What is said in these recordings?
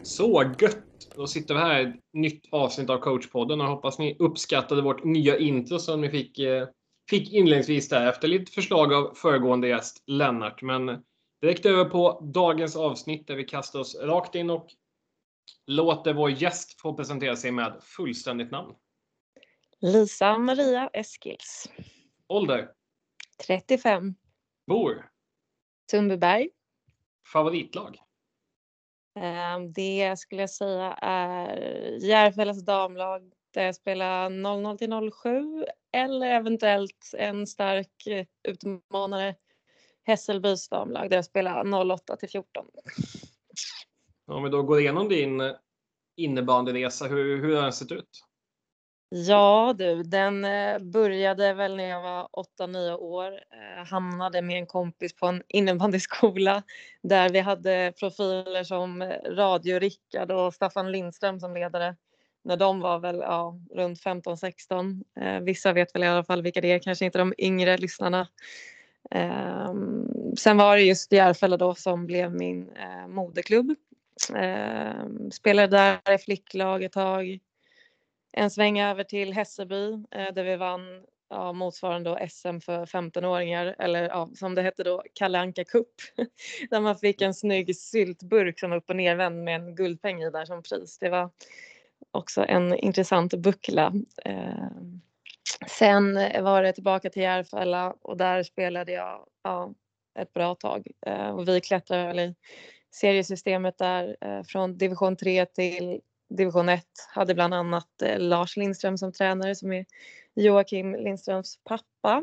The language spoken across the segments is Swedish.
Så gött! Då sitter vi här i ett nytt avsnitt av Coachpodden och hoppas ni uppskattade vårt nya intro som vi fick inledningsvis där efter lite förslag av föregående gäst Lennart. Men direkt över på dagens avsnitt där vi kastar oss rakt in och låter vår gäst få presentera sig med fullständigt namn. Lisa Maria Eskils. Ålder? 35. Bor? Sundbyberg. Favoritlag? Det skulle jag säga är Järfällas damlag där jag spelar 00 till 07 eller eventuellt en stark utmanare Hässelbys damlag där jag spelar 08 till 14. Om vi då går igenom din innebandyresa, hur har den sett ut? Ja du, den började väl när jag var 8-9 år. Hamnade med en kompis på en innebandyskola där vi hade profiler som Radio Rickard och Staffan Lindström som ledare. När de var väl runt 15-16. Vissa vet väl i alla fall vilka det är, kanske inte de yngre lyssnarna. Sen var det just Järfälla då som blev min moderklubb. Spelade där i flicklag ett tag. En sväng över till Hässelby där vi vann motsvarande då SM för 15-åringar. Eller som det hette då, Kalle Anka Cup. Där man fick en snygg syltburk som var upp- och nervänd med en guldpeng i där som pris. Det var också en intressant buckla. Sen var det tillbaka till Järfälla och där spelade jag ett bra tag. Och vi klättrade väl i seriesystemet där från division 3 till division 1. Hade bland annat Lars Lindström som tränare som är Joakim Lindströms pappa.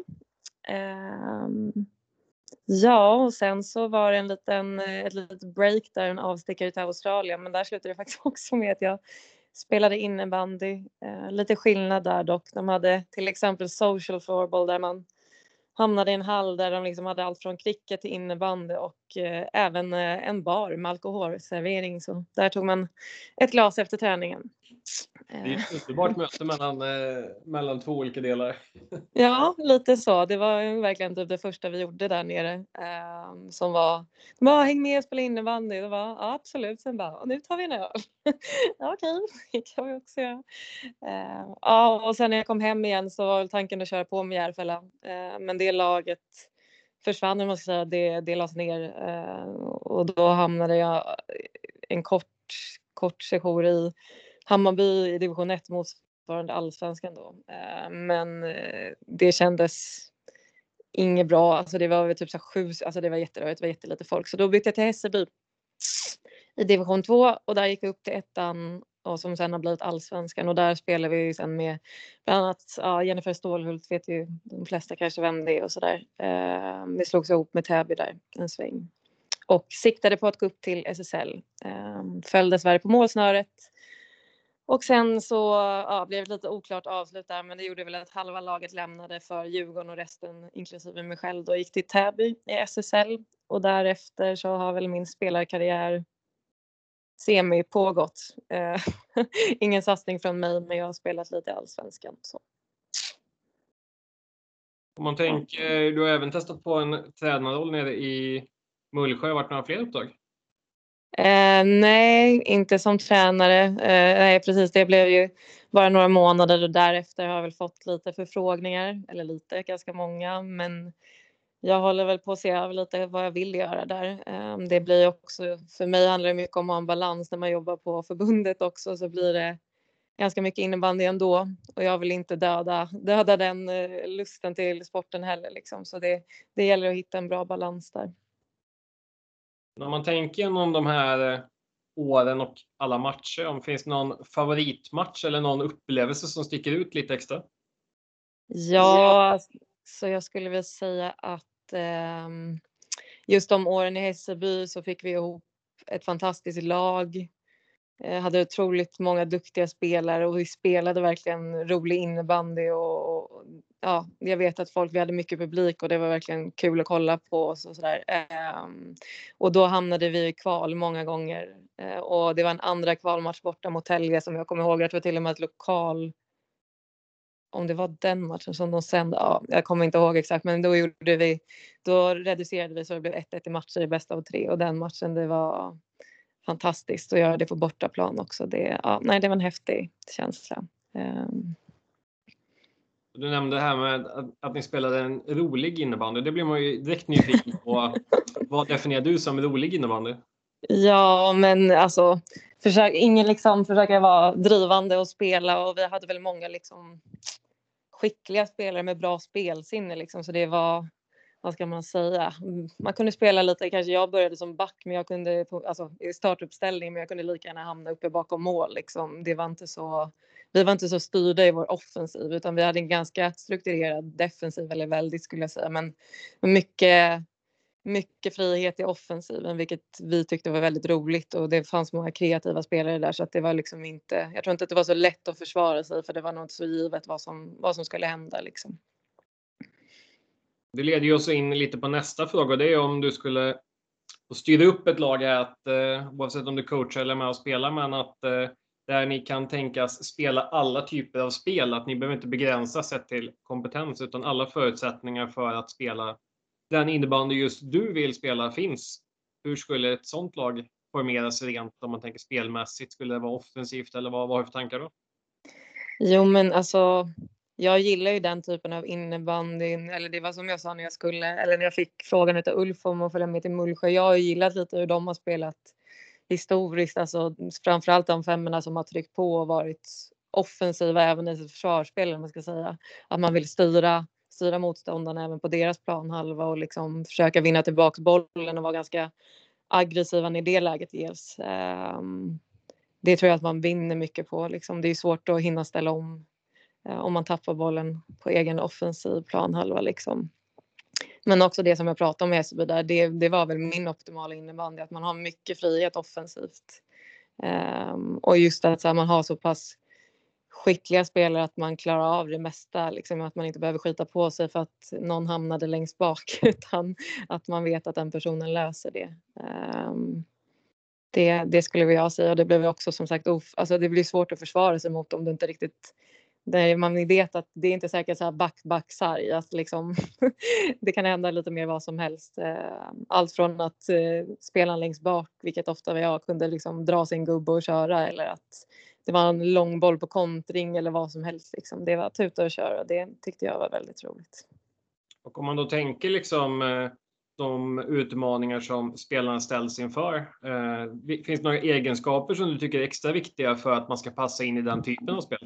Och sen så var det ett litet break där, en avstickare till Australien. Men där slutade det faktiskt också med att jag spelade innebandy. Lite skillnad där dock. De hade till exempel social floorball där man hamnade i en hall där de liksom hade allt från cricket till innebandy och även en bar med alkoholservering. Så där tog man ett glas efter träningen. Det är ett underbart möte mellan två olika delar. Ja, lite så. Det var verkligen typ det första vi gjorde där nere. Som var, häng med och spela innebandy. Det var absolut. Sen bara, nu tar vi en öl. Okej, det kan vi också göra. Och sen när jag kom hem igen så var tanken att köra på med Järfälla. Men det laget försvann, man ska säga. Det lades ner. Och då hamnade jag en kort session i Hammarby i division 1 motsvarande allsvenskan då. Men det kändes inget bra. Alltså det var väl typ så 7, alltså det var jätterörigt, det var jättelite folk. Så då bytte jag till Hässelby i division 2 och där gick vi upp till ettan och som sen har blivit allsvenskan och där spelar vi sen med bland annat Jennifer Stålhult, vet ju de flesta kanske vem det är och sådär. Vi slogs ihop med Täby där en sväng och siktade på att gå upp till SSL. Föll dessvärre på målsnöret. Och sen så blev det lite oklart avslut där, men det gjorde väl att halva laget lämnade för Djurgården och resten inklusive mig själv då gick till Täby i SSL och därefter så har väl min spelarkarriär semi pågått. Ingen satsning från mig, men jag har spelat lite i allsvenskan så. Om man tänker, du har även testat på en tränarroll nere i Mullsjö. Har det varit några fler uppdrag? Nej, inte som tränare. Nej, precis. Det blev ju bara några månader och därefter har jag väl fått lite förfrågningar. Eller lite, ganska många. Men jag håller väl på att se över lite vad jag vill göra där. Det blir också, för mig handlar det mycket om att ha en balans när man jobbar på förbundet också. Så blir det ganska mycket innebandy ändå. Och jag vill inte döda den lusten till sporten heller. Liksom. Så det gäller att hitta en bra balans där. När man tänker igenom de här åren och alla matcher, om det finns någon favoritmatch eller någon upplevelse som sticker ut lite extra? Ja, så jag skulle väl säga att just de åren i Hässelby så fick vi ihop ett fantastiskt lag. Hade otroligt många duktiga spelare och vi spelade verkligen rolig innebandy och jag vet att vi hade mycket publik och det var verkligen kul att kolla på oss och sådär. Och då hamnade vi i kval många gånger och det var en andra kvalmatch borta mot Tälje som jag kommer ihåg att det var till och med ett lokal, om det var den matchen som de sände, jag kommer inte ihåg exakt, men då reducerade vi så det blev 1-1 i matcher i bästa av 3 och den matchen det var fantastiskt att göra det på bortaplan också. Det var en häftig känsla. Du nämnde det här med att ni spelade en rolig innebandy. Det blir man ju direkt nyfiken på. Vad definierar du som rolig innebandy? Ja, men alltså ingen liksom försöka vara drivande och spela, och vi hade väl många liksom skickliga spelare med bra spelsinne liksom, så det var, vad ska man säga, man kunde spela lite, kanske jag började som back, men jag kunde i startuppställning, men jag kunde lika gärna hamna uppe bakom mål liksom. Vi var inte så styrda i vår offensiv, utan vi hade en ganska strukturerad defensiv, eller väldigt skulle jag säga, men mycket frihet i offensiven, vilket vi tyckte var väldigt roligt, och det fanns många kreativa spelare där, så att det var liksom inte, jag tror inte att det var så lätt att försvara sig, för det var nog inte så givet vad som skulle hända liksom. Det leder ju oss in lite på nästa fråga. Det är om du skulle styra upp ett lag här, att oavsett om du coachar eller med och spelar, men att där ni kan tänkas spela alla typer av spel, att ni behöver inte begränsa sett till kompetens, utan alla förutsättningar för att spela den innebandy just du vill spela finns. Hur skulle ett sånt lag formeras rent, om man tänker spelmässigt? Skulle det vara offensivt, eller vad har du för tankar då? Jo, men alltså, jag gillar ju den typen av innebandy, eller det var som jag sa när jag fick frågan utav Ulf om att följa med till Mullsjö. Jag har gillat lite hur de har spelat historiskt, alltså framförallt de femmorna som har tryckt på och varit offensiva även i sitt försvarsspel, man ska säga. Att man vill styra motståndarna även på deras planhalva och liksom försöka vinna tillbaka bollen och vara ganska aggressiva när det läget ges. Det tror jag att man vinner mycket på. Liksom. Det är svårt att hinna ställa om man tappar bollen på egen offensiv planhalva. Liksom. Men också det som jag pratade om i Hässelby där, det var väl min optimala innebandy, att man har mycket frihet offensivt. Och just att man har så pass skickliga spelare att man klarar av det mesta, liksom, att man inte behöver skita på sig för att någon hamnade längst bak, utan att man vet att den personen löser det. Det skulle jag säga, och det blev också som sagt det blir svårt att försvara sig mot om du inte riktigt, man vet att det är inte säkert så här back-sarg, att liksom det kan hända lite mer vad som helst. Allt från att spelaren längst bak, vilket ofta var jag, kunde liksom dra sin gubbe och köra, eller att det var en lång boll på kontring eller vad som helst. Liksom. Det var tuta och köra, det tyckte jag var väldigt roligt. Och om man då tänker liksom de utmaningar som spelarna ställs inför. Finns det några egenskaper som du tycker är extra viktiga för att man ska passa in i den typen av spel?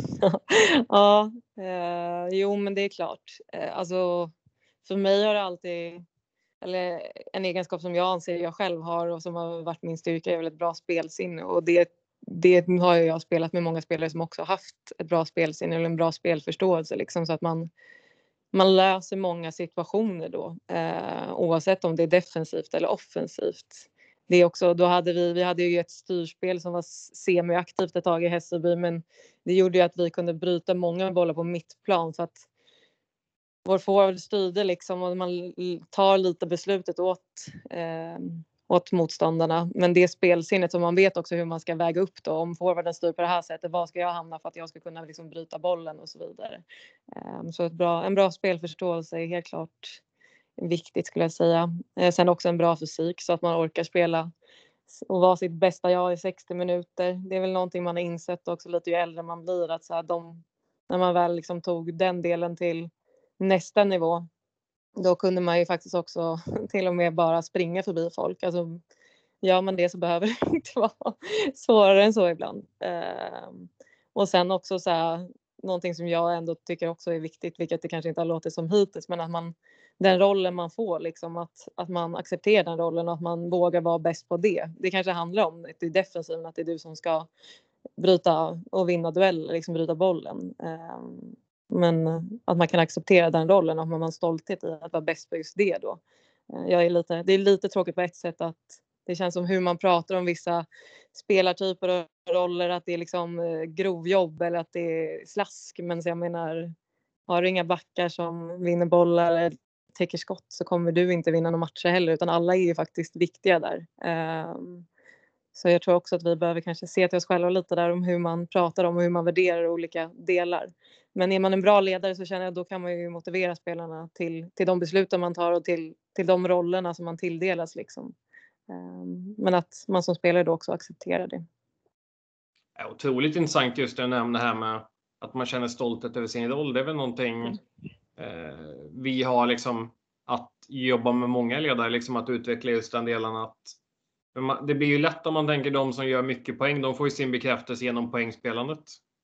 Ja, jo men det är klart. Alltså, för mig har det alltid, eller en egenskap som jag anser jag själv har och som har varit min styrka, är väl ett bra spelsinne, och det har jag spelat med många spelare som också haft ett bra spelsinne eller en bra spelförståelse liksom, så att man löser många situationer då, oavsett om det är defensivt eller offensivt. Det är också, vi hade ju ett styrspel som var semiaktivt ett tag i Hässelby, men det gjorde ju att vi kunde bryta många bollar på mittplan, så att vår forward styrde liksom, och man tar lite beslutet åt motståndarna, men det spelsinnet som man vet också hur man ska väga upp då, om forwarden styr på det här sättet, var ska jag hamna för att jag ska kunna liksom bryta bollen och så vidare. Så en bra spelförståelse är helt klart viktigt, skulle jag säga. Sen också en bra fysik, så att man orkar spela och vara sitt bästa jag i 60 minuter. Det är väl någonting man har insett också lite ju äldre man blir, att så här, när man väl liksom tog den delen till nästa nivå, då kunde man ju faktiskt också till och med bara springa förbi folk. Alltså, gör man det så behöver det inte vara svårare än så ibland. Och sen också så här, någonting som jag ändå tycker också är viktigt, vilket det kanske inte har låtit som hittills, men att den rollen man får, liksom, att man accepterar den rollen och att man vågar vara bäst på det. Det kanske handlar om att det är defensiven, att det är du som ska bryta och vinna duell, liksom bryta bollen. Men att man kan acceptera den rollen och att man har en stolthet i att vara bäst på just det då. Det är lite tråkigt på ett sätt att det känns som hur man pratar om vissa spelartyper och roller, att det är liksom grovjobb eller att det är slask. Men så jag menar, har du inga backar som vinner bollar eller täcker skott, så kommer du inte vinna några matcher heller, utan alla är ju faktiskt viktiga där. Så jag tror också att vi behöver kanske se till oss själva lite där, om hur man pratar om och hur man värderar olika delar. Men är man en bra ledare, så känner jag att då kan man ju motivera spelarna till de besluten man tar och till de rollerna som man tilldelas liksom. Men att man som spelare då också accepterar det. Ja, otroligt intressant just det nämna här med att man känner stolthet över sin roll. Det är väl någonting vi har liksom att jobba med många ledare, liksom att utveckla just den delen. Att det blir ju lätt om man tänker de som gör mycket poäng, de får ju sin bekräftelse genom poängspelandet.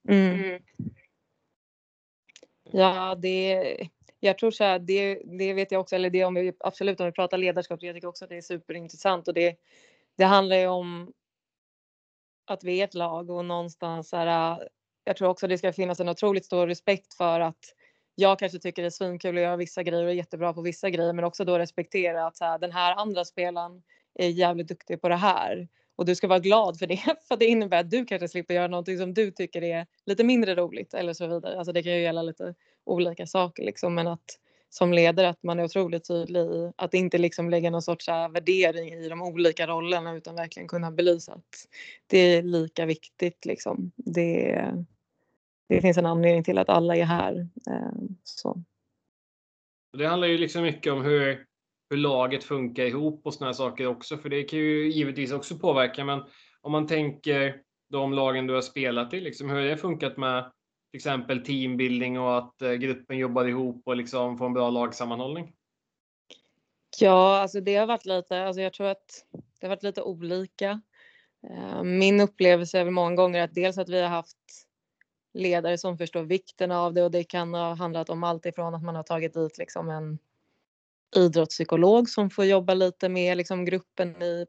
Ja, jag tror så här, det vet jag också, eller det om vi pratar ledarskap, jag tycker också att det är superintressant, och det handlar ju om att vi är ett lag, och någonstans så här, jag tror också det ska finnas en otroligt stor respekt för att jag kanske tycker det är svinkul att göra vissa grejer och är jättebra på vissa grejer, men också då respektera att så här, den här andra spelaren är jävligt duktig på det här. Och du ska vara glad för det, för det innebär att du kanske slipper göra någonting som du tycker är lite mindre roligt eller så vidare. Alltså det kan ju gälla lite olika saker liksom, men att som ledare att man är otroligt tydlig i att inte liksom lägga någon sorts värdering i de olika rollerna, utan verkligen kunna belysa att det är lika viktigt liksom. Det finns en anledning till att alla är här. Så. Det handlar ju liksom mycket om hur laget funkar ihop och såna här saker också, för det kan ju givetvis också påverka. Men om man tänker de lagen du har spelat i, liksom, hur har det funkat med till exempel teambuilding och att gruppen jobbar ihop och liksom får en bra lagsammanhållning? Ja, alltså det har varit lite, alltså jag tror att det har varit lite olika. Min upplevelse är väl många gånger att dels att vi har haft ledare som förstår vikten av det, och det kan ha handlat om allt ifrån att man har tagit dit liksom en idrottspsykolog som får jobba lite med liksom gruppen i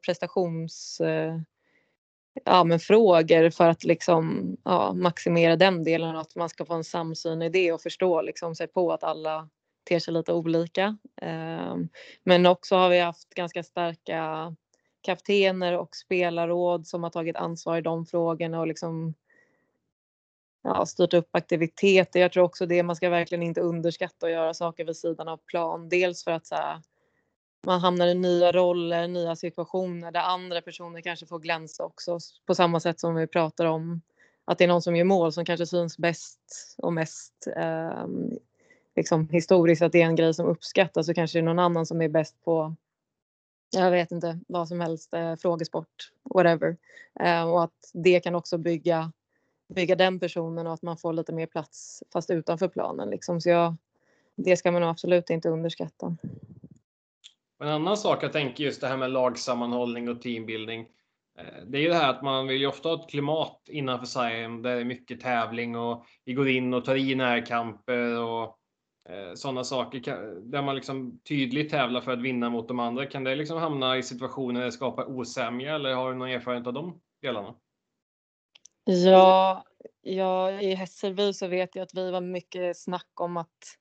frågor för att liksom, maximera den delen, att man ska få en samsyn i det och förstå liksom, sig på att alla ter sig lite olika. Men också har vi haft ganska starka kaptener och spelarråd som har tagit ansvar i de frågorna och liksom styrt upp aktiviteter. Jag tror också det, man ska verkligen inte underskatta att göra saker vid sidan av plan. Dels för att så här, man hamnar i nya roller, nya situationer där andra personer kanske får glänsa också. På samma sätt som vi pratar om att det är någon som gör mål som kanske syns bäst och mest liksom historiskt, att det är en grej som uppskattas, så kanske det är någon annan som är bäst på, jag vet inte, vad som helst, frågesport, whatever. Och att det kan också bygga den personen, och att man får lite mer plats fast utanför planen liksom. Så det ska man nog absolut inte underskatta. En annan sak jag tänker just det här med lagsammanhållning och teambuilding. Det är ju det här att man vill ju ofta ha ett klimat innanför sargen där det är mycket tävling och vi går in och tar i närkamper och sådana saker där man liksom tydligt tävlar för att vinna mot de andra. Kan det liksom hamna i situationer där det skapar osämja, eller har du någon erfarenhet av de delarna? Ja, i Hässelby så vet jag att vi var mycket snack om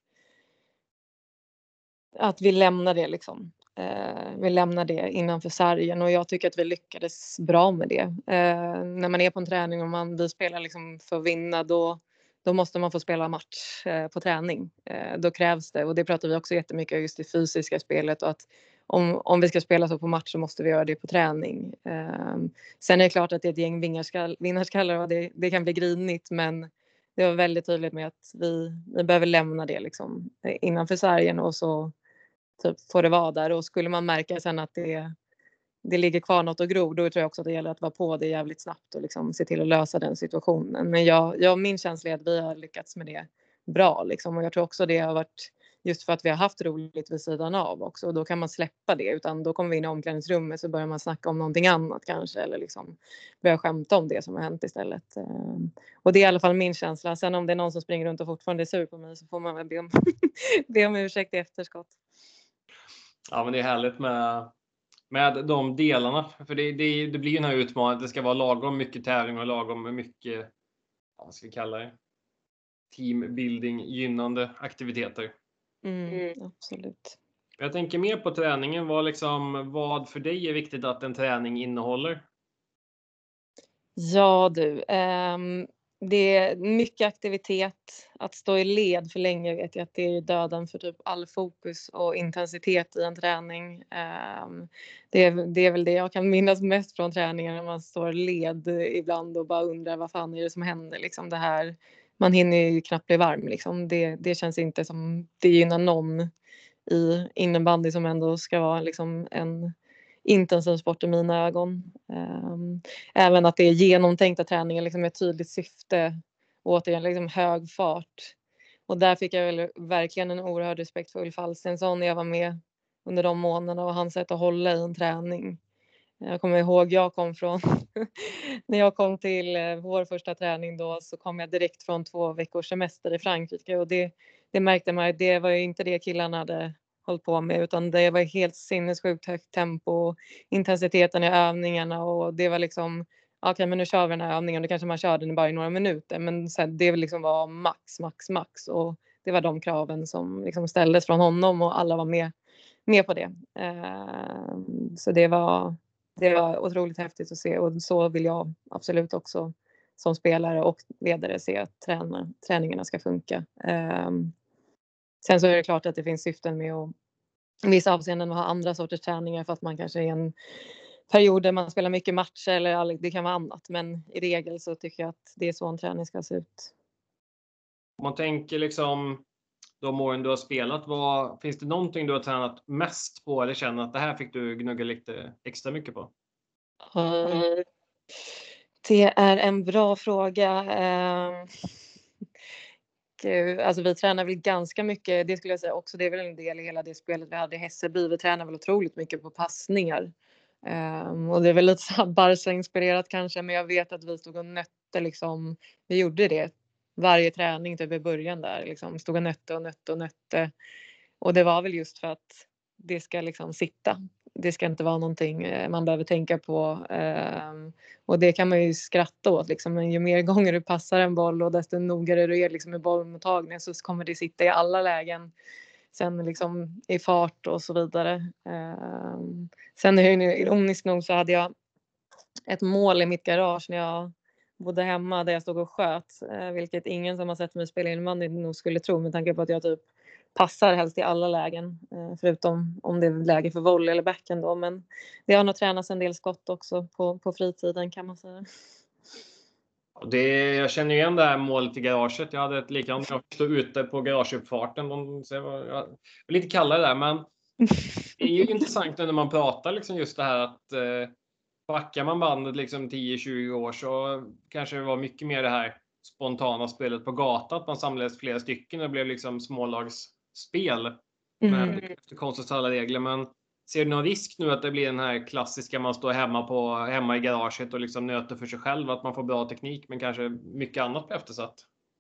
att vi lämnar det liksom. Vi lämnar det innanför sargen, och jag tycker att vi lyckades bra med det. När man är på en träning och vi spelar liksom för att vinna, då måste man få spela match på träning. Då krävs det, och det pratar vi också jättemycket om, just det fysiska spelet, och att om vi ska spela så på match så måste vi göra det på träning. Sen är det klart att det är ett gäng vinnarskallar och det kan bli grinigt, men det var väldigt tydligt med att vi behöver lämna det liksom innanför sargen, och så typ får det vara där. Och skulle man märka sen att det ligger kvar något och gror, då tror jag också att det gäller att vara på det jävligt snabbt och liksom se till att lösa den situationen. Men min känsla är att vi har lyckats med det bra liksom. Och jag tror också det har varit just för att vi har haft roligt vid sidan av också. Och då kan man släppa det, utan då kommer vi in i omklädningsrummet så börjar man snacka om någonting annat kanske, eller liksom börja skämta om det som har hänt istället. Och det är i alla fall min känsla. Sen om det är någon som springer runt och fortfarande är sur på mig, så får man väl be om ursäkt i efterskott. Ja, men det är härligt med de delarna. För det blir ju den här utmaningen. Det ska vara lagom mycket tävling och lagom mycket, vad ska vi kalla det? Teambuilding, gynnande aktiviteter. Absolut. Jag tänker mer på träningen. Vad för dig är viktigt att en träning innehåller? Ja du, det är mycket aktivitet. Att stå i led för länge vet jag att det är döden för typ all fokus och intensitet i en träning. Det är väl det jag kan minnas mest från träningen, när man står i led ibland och bara undrar vad fan är det som händer liksom. Det här, man hinner ju knappt bli varm liksom. Det känns inte som det gynnar någon i innebandy, som ändå ska vara liksom intensiv sport i mina ögon. Även att det är genomtänkta träningar liksom med ett tydligt syfte. Återigen liksom hög fart. Och där fick jag väl verkligen en oerhörd respekt för Ulf Alstensson när jag var med under de månaderna och hans sätt att hålla i en träning. Jag kommer ihåg när jag kom till vår första träning då, så kom jag direkt från 2 veckors semester i Frankrike, och det märkte man att det var ju inte det killarna hade hållit på med, utan det var helt sinnessjukt högt tempo, intensiteten i övningarna, och det var liksom okej, men nu kör vi den här övningen, då kanske man kör den bara i några minuter, men sen det liksom var max, och det var de kraven som liksom ställdes från honom, och alla var med på det. Så det var otroligt häftigt att se, och så vill jag absolut också som spelare och ledare se att träningarna ska funka. Sen så är det klart att det finns syften med att i vissa avseenden ha andra sorters träningar för att man kanske är i en period där man spelar mycket matcher eller det kan vara annat. Men i regel så tycker jag att det är så en träning ska se ut. Om man tänker liksom de åren du har spelat, finns det någonting du har tränat mest på eller känner att det här fick du gnugga lite extra mycket på? Det är en bra fråga. Alltså vi tränar väl ganska mycket, det skulle jag säga också, det är väl en del i hela det spelet vi hade i Hässelby. Vi tränar väl otroligt mycket på passningar. Och det är väl lite så här Barca-inspirerat kanske, men jag vet att vi stod och nötte liksom, vi gjorde det varje träning typ i början där, liksom stod och nötte. Och det var väl just för att det ska liksom sitta. Det ska inte vara någonting man behöver tänka på. Och det kan man ju skratta åt liksom. Men ju mer gånger du passar en boll och desto noggrannare du är liksom i bollmottagningen, så kommer det sitta i alla lägen. Sen liksom i fart och så vidare. Sen ironiskt nog så hade jag ett mål i mitt garage när jag bodde hemma där jag stod och sköt. Vilket ingen som har sett mig spela innebandy nog skulle tro, med tanke på att jag typ passar helst i alla lägen. Förutom om det är läge för volley eller backhand då. Men det har nog tränats en del skott också på fritiden, kan man säga. Jag känner igen det här målet i garaget. Jag hade ett likadant. Jag stod ute på garageuppfarten. Jag var lite kallare där, men det är ju intressant när man pratar liksom just det här att backar man bandet liksom 10-20 år så kanske det var mycket mer det här spontana spelet på gatan, att man samlades flera stycken. Det blev liksom smålagsspel med konstens alla regler. Men ser du någon risk nu att det blir den här klassiska, man står hemma i garaget och liksom nöter för sig själv, att man får bra teknik men kanske mycket annat blir eftersatt?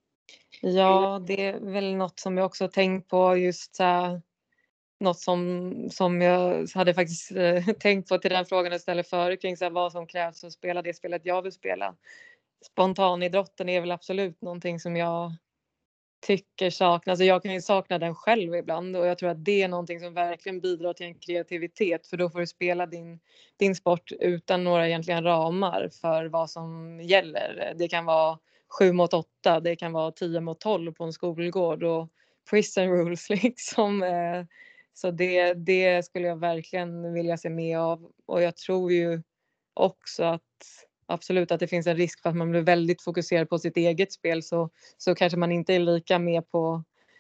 Ja, det är väl något som jag också tänkt på, just något som jag hade faktiskt tänkt på till den frågan jag ställde förut kring vad som krävs för att spela det spelet jag vill spela. Spontanidrotten är väl absolut någonting som jag tycker saknas. Alltså jag kan ju sakna den själv ibland, och jag tror att det är någonting som verkligen bidrar till en kreativitet, för då får du spela din sport utan några egentligen ramar för vad som gäller. Det kan vara 7-8, det kan vara 10-12 på en skolgård och prison rules liksom. Så det skulle jag verkligen vilja se mer av, och jag tror ju också att absolut att det finns en risk för att man blir väldigt fokuserad på sitt eget spel, så kanske man inte är lika med på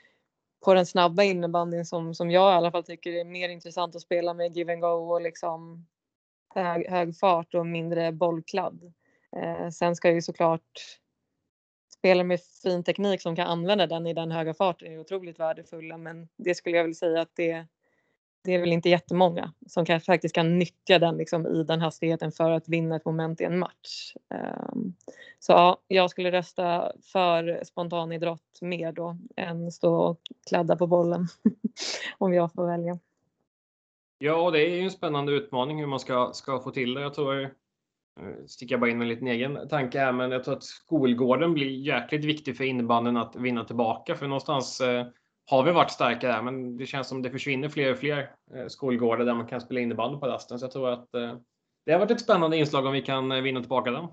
den snabba innebandyn som jag i alla fall tycker är mer intressant att spela med give and go och liksom hög fart och mindre bollkladd. Sen ska ju såklart spela med fin teknik som kan använda den i den höga farten är otroligt värdefulla, men det skulle jag vilja säga att det är väl inte jättemånga som kanske faktiskt kan nyttja den liksom i den hastigheten för att vinna ett moment i en match. Så ja, jag skulle rösta för spontanidrott mer då än stå och kladda på bollen om jag får välja. Ja, det är ju en spännande utmaning hur man ska få till det. Jag tror, sticker jag bara in med en liten egen tanke här, men jag tror att skolgården blir jäkligt viktig för innebandyn att vinna tillbaka, för någonstans har vi varit starka där, men det känns som det försvinner fler och fler skolgårdar där man kan spela innebandy på rasten. Så jag tror att det har varit ett spännande inslag om vi kan vinna tillbaka den.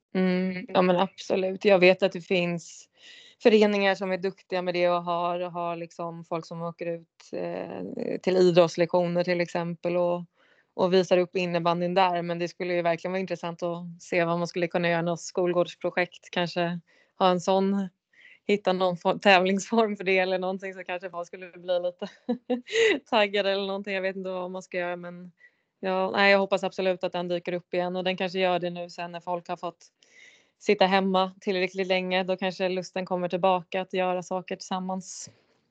Ja men absolut. Jag vet att det finns föreningar som är duktiga med det och har liksom folk som åker ut till idrottslektioner till exempel och visar upp innebandyn där. Men det skulle ju verkligen vara intressant att se vad man skulle kunna göra, något skolgårdsprojekt, kanske ha en sån, hitta någon tävlingsform för det eller någonting, så kanske folk skulle bli lite taggade eller någonting. Jag vet inte vad man ska göra, men Ja, nej, jag hoppas absolut att den dyker upp igen och den kanske gör det nu sen när folk har fått sitta hemma tillräckligt länge. Då kanske lusten kommer tillbaka att göra saker tillsammans.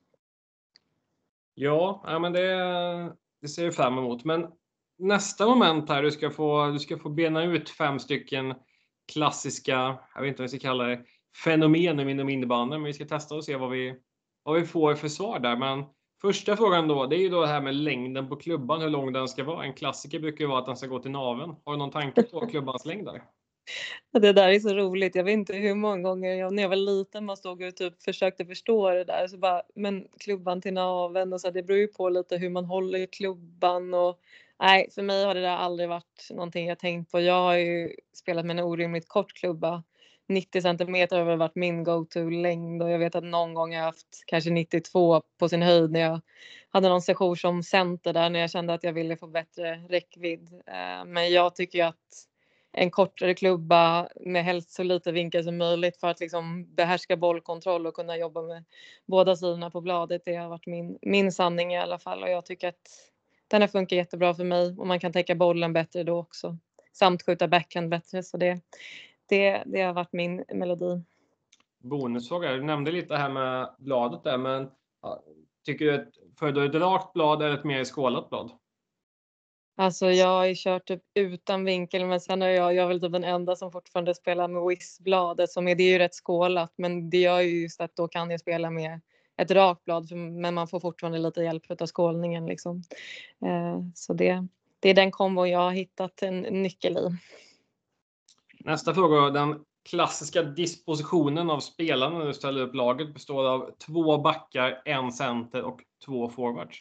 Ja, men det ser jag fram emot. Men nästa moment här, du ska få bena ut 5 stycken klassiska, jag vet inte vad vi ska kalla det, fenomen inom innebandyn, men vi ska testa och se vad vi får för svar där. Men första frågan då, det är ju då det här med längden på klubban, hur lång den ska vara. En klassiker brukar ju vara att den ska gå till naveln. Har du någon tanke på klubbans längd där? Det där är så roligt. Jag vet inte hur många gånger jag när jag var liten man stod och typ försökte förstå det där. Så bara, men klubban till naveln och så det beror ju på lite hur man håller i klubban och nej, för mig har det där aldrig varit någonting jag tänkt på. Jag har ju spelat med en orimligt kort klubba. 90 centimeter har väl varit min go-to-längd och jag vet att någon gång jag haft kanske 92 på sin höjd när jag hade någon session som center där när jag kände att jag ville få bättre räckvidd. Men jag tycker ju att en kortare klubba med helst så lite vinkel som möjligt för att liksom behärska bollkontroll och kunna jobba med båda sidorna på bladet. Det har varit min sanning i alla fall och jag tycker att den har funkat jättebra för mig och man kan täcka bollen bättre då också. Samt skjuta backhand bättre så det har varit min melodi. Bonusfråga, du nämnde lite här med bladet där, men ja, tycker du att föredrar du ett rakt blad eller ett mer skålat blad? Alltså jag har ju kört typ utan vinkel men sen är jag är väl typ den enda som fortfarande spelar med whizbladet som det är ju rätt skålat men det gör ju just att då kan jag spela med ett rakt blad men man får fortfarande lite hjälp av skålningen liksom. Så det är den kombon jag har hittat en nyckel i. Nästa fråga, den klassiska dispositionen av spelarna när du ställer upp laget består av 2 backar, 1 center och 2 forwards.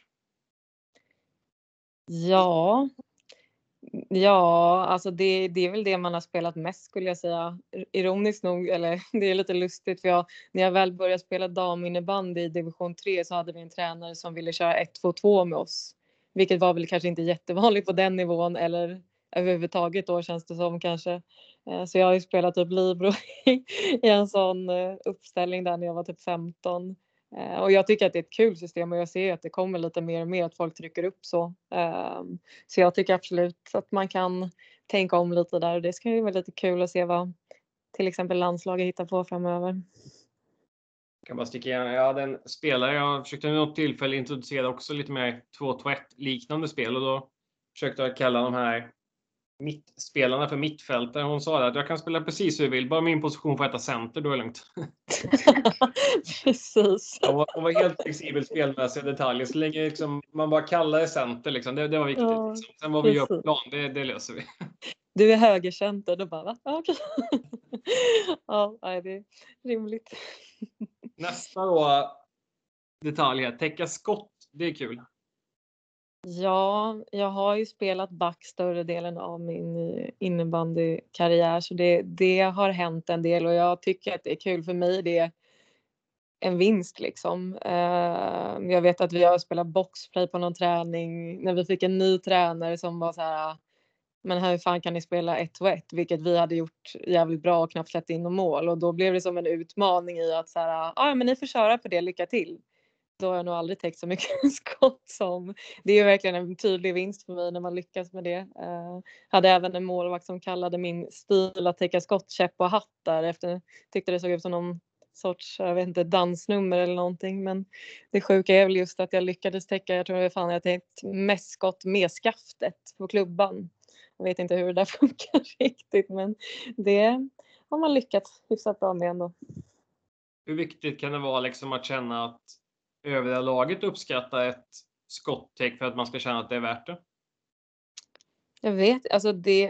Ja, ja, alltså det är väl det man har spelat mest skulle jag säga. Ironiskt nog, eller det är lite lustigt för när jag väl började spela daminnebandy i division 3 så hade vi en tränare som ville köra 1-2-2 med oss. Vilket var väl kanske inte jättevanligt på den nivån eller överhuvudtaget då känns det som kanske. Så jag har ju spelat typ libero i en sån uppställning där när jag var typ 15. Och jag tycker att det är ett kul system och jag ser att det kommer lite mer och mer att folk trycker upp så. Så jag tycker absolut att man kan tänka om lite där och det ska ju vara lite kul att se vad till exempel landslaget hittar på framöver. Jag kan bara sticka igen. Jag hade en spelare, jag försökte vid något tillfälle introducera också lite mer 2-2-1 liknande spel och då försökte jag kalla de här mittspelarna för mittfältare. Hon sa att jag kan spela precis hur jag vill, bara min position får äta center, då är det lugnt. Precis. Hon var helt flexibel spelmässiga detaljer. Så länge liksom, man bara kallar det center, liksom, det var viktigt. Ja, Liksom. Sen vad vi gör på precis. plan, det löser vi. Du är högercenter, då bara va? Ja, okej. Ja, nej, det är rimligt. Nästa då, detalj här. Täcka skott, det är kul. Ja, jag har ju spelat back större delen av min innebandykarriär så det har hänt en del och jag tycker att det är kul för mig. Det är en vinst liksom. Jag vet att vi har spelat boxplay på någon träning när vi fick en ny tränare som var så här, men hur fan kan ni spela 1-1? Vilket vi hade gjort jävligt bra och knappt släppt in något mål och då blev det som en utmaning i att så här, ja men ni får köra på det, lycka till. Då har jag nog aldrig täckt så mycket skott som det är verkligen en tydlig vinst för mig när man lyckas med det. Hade även en målvakt som kallade min stil att täcka skott käpp och hatt där efter tyckte det såg ut som någon sorts, jag vet inte, dansnummer eller någonting. Men det sjuka är väl just att jag lyckades täcka, jag tror jag fan jag täckt mest skott med skaftet på klubban. Jag vet inte hur det där funkar riktigt men det har man lyckats hyfsat bra med ändå. Hur viktigt kan det vara liksom att känna att övriga laget uppskattar ett skotttäck för att man ska känna att det är värt det? Jag vet, alltså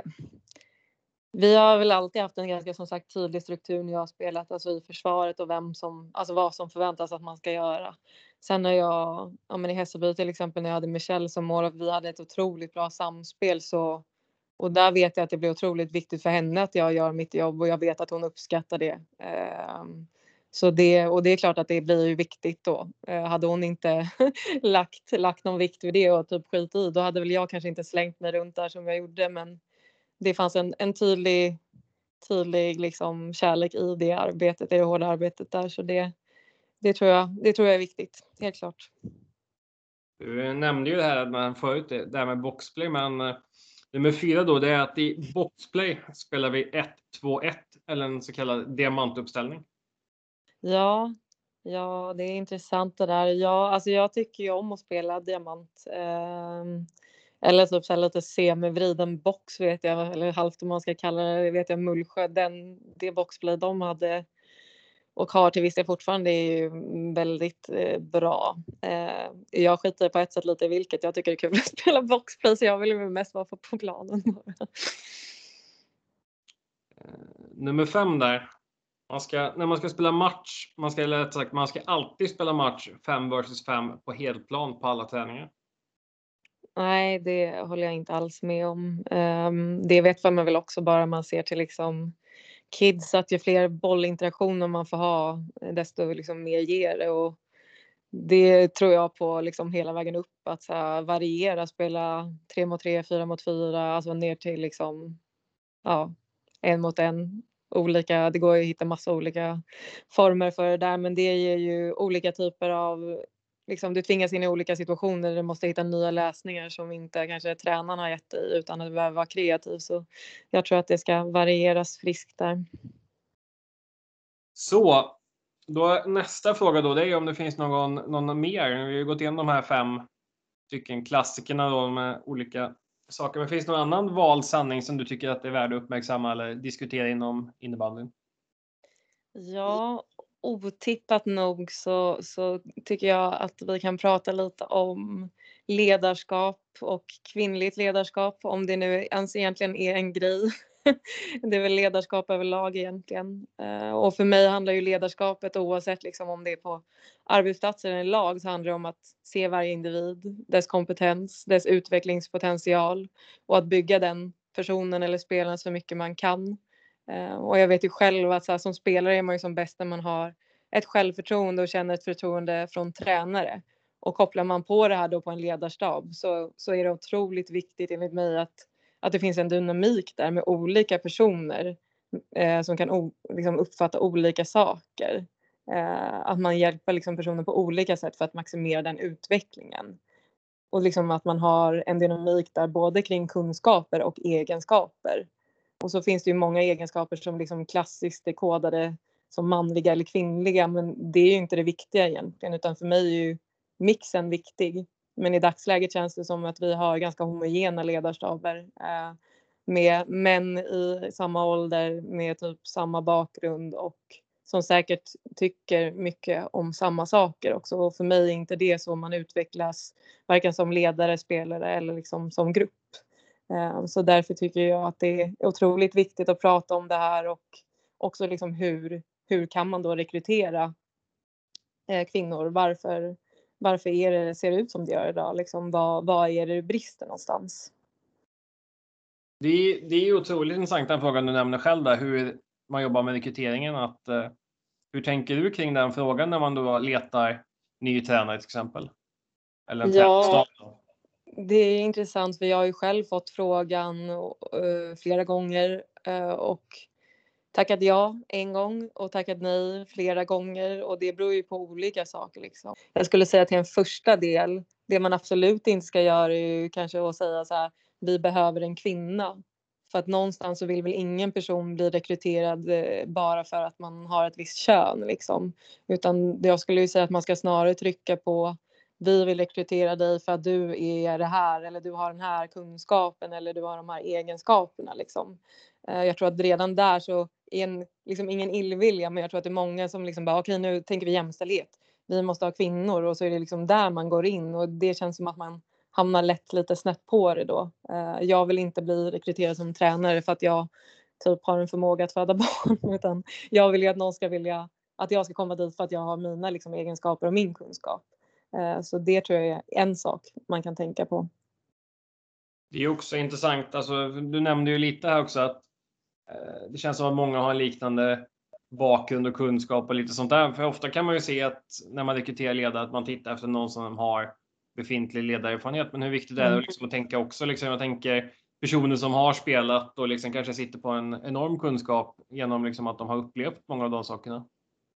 vi har väl alltid haft en ganska som sagt tydlig struktur när jag har spelat alltså i försvaret och vad som förväntas att man ska göra. Sen när jag, ja men i Hässelby till exempel när jag hade Michelle som mål och vi hade ett otroligt bra samspel så och där vet jag att det blir otroligt viktigt för henne att jag gör mitt jobb och jag vet att hon uppskattar det. Så det är klart att det blir ju viktigt då. Hade hon inte lagt någon vikt vid det och typ skit i då hade väl jag kanske inte slängt mig runt där som jag gjorde men det fanns en tydlig liksom kärlek i det arbetet, i det hårda arbetet där så det tror jag är viktigt, helt klart. Du nämnde ju det här med förut, det här med boxplay, men nummer 4 då, det är att i boxplay spelar vi 1-2-1 eller en så kallad diamantuppställning. Ja, ja, det är intressant det där. Ja, alltså jag tycker ju om att spela diamant. Eller typ så här lite semivriden box vet jag, eller halvt om man ska kalla det, vet jag Mullsjö, det boxplay de hade och har till viss del fortfarande är ju väldigt bra. Jag skiter på ett sätt lite i vilket. Jag tycker det är kul att spela boxplay så jag vill ju mest vara på planen. Nummer 5 där. När man ska spela match, man ska alltid spela match 5 versus 5 på helplan på alla träningar. Nej, det håller jag inte alls med om. Det vet man väl också bara man ser till liksom kids att ju fler bollinteraktioner man får ha desto liksom mer ger det och det tror jag på liksom hela vägen upp att så här, variera, spela 3 mot 3, 4 mot 4, alltså ner till liksom ja, 1 mot 1. Olika, det går ju att hitta massa olika former för det där men det ger ju olika typer av liksom du tvingas in i olika situationer, du måste hitta nya lösningar som inte kanske tränarna har gett dig utan att du behöver vara kreativ så jag tror att det ska varieras friskt där. Så, då nästa fråga då, det är om det finns någon mer. Vi har ju gått igenom de här 5 stycken klassikerna då med olika saker. Men finns det någon annan vald sanning som du tycker att det är värd att uppmärksamma eller diskutera inom innebandyn? Ja, otippat nog så tycker jag att vi kan prata lite om ledarskap och kvinnligt ledarskap, om det nu ens egentligen är en grej. Det är väl ledarskap överlag egentligen. Och för mig handlar ju ledarskapet oavsett liksom om det är på arbetsplatser eller lag så handlar det om att se varje individ, dess kompetens, dess utvecklingspotential och att bygga den personen eller spelaren så mycket man kan. Och jag vet ju själv att så här, som spelare är man ju som bäst när man har ett självförtroende och känner ett förtroende från tränare. Och kopplar man på det här då på en ledarstab så är det otroligt viktigt enligt mig att det finns en dynamik där med olika personer som kan liksom uppfatta olika saker. Att man hjälper liksom personer på olika sätt för att maximera den utvecklingen. Och liksom att man har en dynamik där både kring kunskaper och egenskaper. Och så finns det ju många egenskaper som liksom klassiskt är kodade som manliga eller kvinnliga men det är ju inte det viktiga egentligen utan för mig är ju mixen viktig. Men i dagsläget känns det som att vi har ganska homogena ledarstaber med män i samma ålder med typ samma bakgrund och som säkert tycker mycket om samma saker också. Och för mig är inte det så man utvecklas varken som ledare, spelare eller liksom som grupp. Så därför tycker jag att det är otroligt viktigt att prata om det här och också liksom hur kan man då rekrytera kvinnor? Varför ser det ut som det gör idag? Liksom, vad är det brister någonstans? Det är ju otroligt intressant den frågan du nämner själv där, hur man jobbar med rekryteringen. Hur tänker du kring den frågan när man då letar ny tränare till exempel? Eller en tränarstab? Det är intressant för jag har ju själv fått frågan flera gånger och tackat ja en gång och tackat nej flera gånger och det beror ju på olika saker liksom. Jag skulle säga till en första del, det man absolut inte ska göra är ju kanske att säga så här, vi behöver en kvinna. För att någonstans så vill väl ingen person bli rekryterad bara för att man har ett visst kön liksom. Utan jag skulle ju säga att man ska snarare trycka på vi vill rekrytera dig för att du är det här eller du har den här kunskapen eller du har de här egenskaperna liksom. Jag tror att redan där så är liksom ingen illvilja men jag tror att det är många som liksom bara okej nu tänker vi jämställdhet. Vi måste ha kvinnor och så är det liksom där man går in och det känns som att man hamnar lätt lite snett på det då. Jag vill inte bli rekryterad som tränare för att jag typ har en förmåga att föda barn utan jag vill ju att någon ska vilja att jag ska komma dit för att jag har mina liksom egenskaper och min kunskap. Så det tror jag är en sak man kan tänka på. Det är också intressant, alltså, du nämnde ju lite här också att det känns som att många har en liknande bakgrund och kunskap och lite sånt där. För ofta kan man ju se att när man rekryterar ledare att man tittar efter någon som har befintlig ledarerfarenhet. Men hur viktigt är det liksom att tänka också, liksom, jag tänker personer som har spelat och liksom kanske sitter på en enorm kunskap genom liksom att de har upplevt många av de sakerna.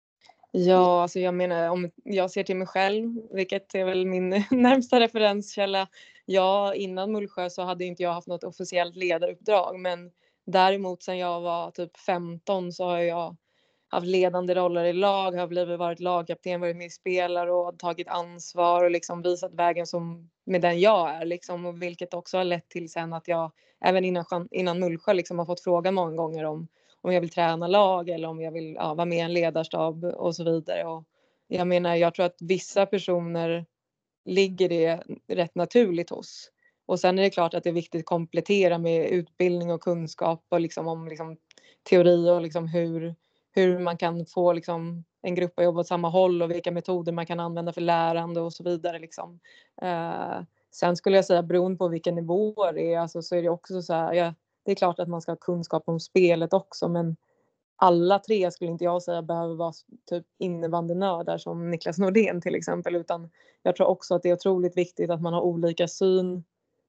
Ja, alltså jag menar om jag ser till mig själv, vilket är väl min närmsta referenskälla. Ja, innan Mullsjö så hade inte jag haft något officiellt ledaruppdrag, men däremot sen jag var typ 15 så har jag haft ledande roller i lag, har varit lagkapten, varit medspelare och tagit ansvar och liksom visat vägen som med den jag är liksom, och vilket också har lett till sen att jag även innan Mullsjö liksom har fått fråga många gånger om jag vill träna lag eller om jag vill vara med i en ledarstab och så vidare. Och jag menar, jag tror att vissa personer ligger det rätt naturligt hos. Och sen är det klart att det är viktigt att komplettera med utbildning och kunskap och liksom om liksom teori och liksom hur man kan få liksom en grupp att jobba åt samma håll och vilka metoder man kan använda för lärande och så vidare. Liksom. Sen skulle jag säga beroende på vilken nivå det är, alltså, så är det också så här, ja, det är klart att man ska ha kunskap om spelet också, men alla tre skulle inte jag säga behöver vara typ innebandynördar som Niklas Nordén till exempel, utan jag tror också att det är otroligt viktigt att man har olika syn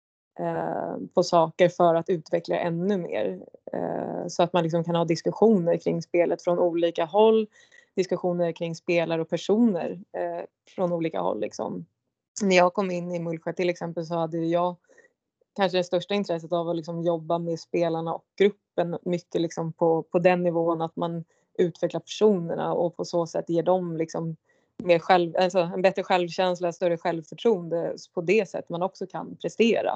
på saker för att utveckla ännu mer. Så att man liksom kan ha diskussioner kring spelet från olika håll, diskussioner kring spelare och personer från olika håll. Liksom. När jag kom in i Mullsjö till exempel så hade jag kanske det största intresset av att liksom jobba med spelarna och gruppen mycket liksom på den nivån att man utvecklar personerna och på så sätt ger dem liksom mer en bättre självkänsla, större självförtroende på det sätt man också kan prestera.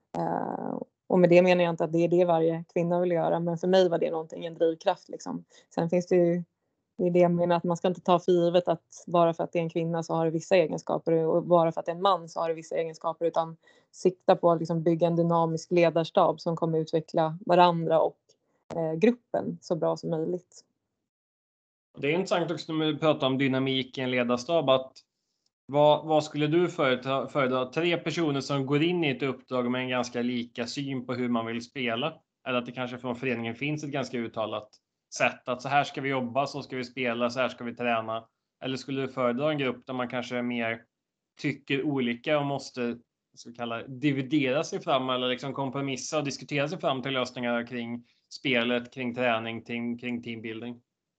Och med det menar jag inte att det är det varje kvinna vill göra, men för mig var det någonting, en drivkraft liksom. Sen finns det ju, det är det jag menar, att man ska inte ta för givet att bara för att det är en kvinna så har det vissa egenskaper och bara för att det är en man så har det vissa egenskaper, utan sikta på att liksom bygga en dynamisk ledarstab som kommer utveckla varandra och gruppen så bra som möjligt. Det är intressant också när vi pratar om dynamik i en ledarstab, att vad skulle du föredra? 3 personer som går in i ett uppdrag med en ganska lika syn på hur man vill spela? Eller att det kanske från föreningen finns ett ganska uttalat sätt att så här ska vi jobba, så ska vi spela, så här ska vi träna? Eller skulle du föredra en grupp där man kanske mer tycker olika och måste dividera sig fram eller liksom kompromissa och diskutera sig fram till lösningar kring spelet, kring träning, kring teambuilding?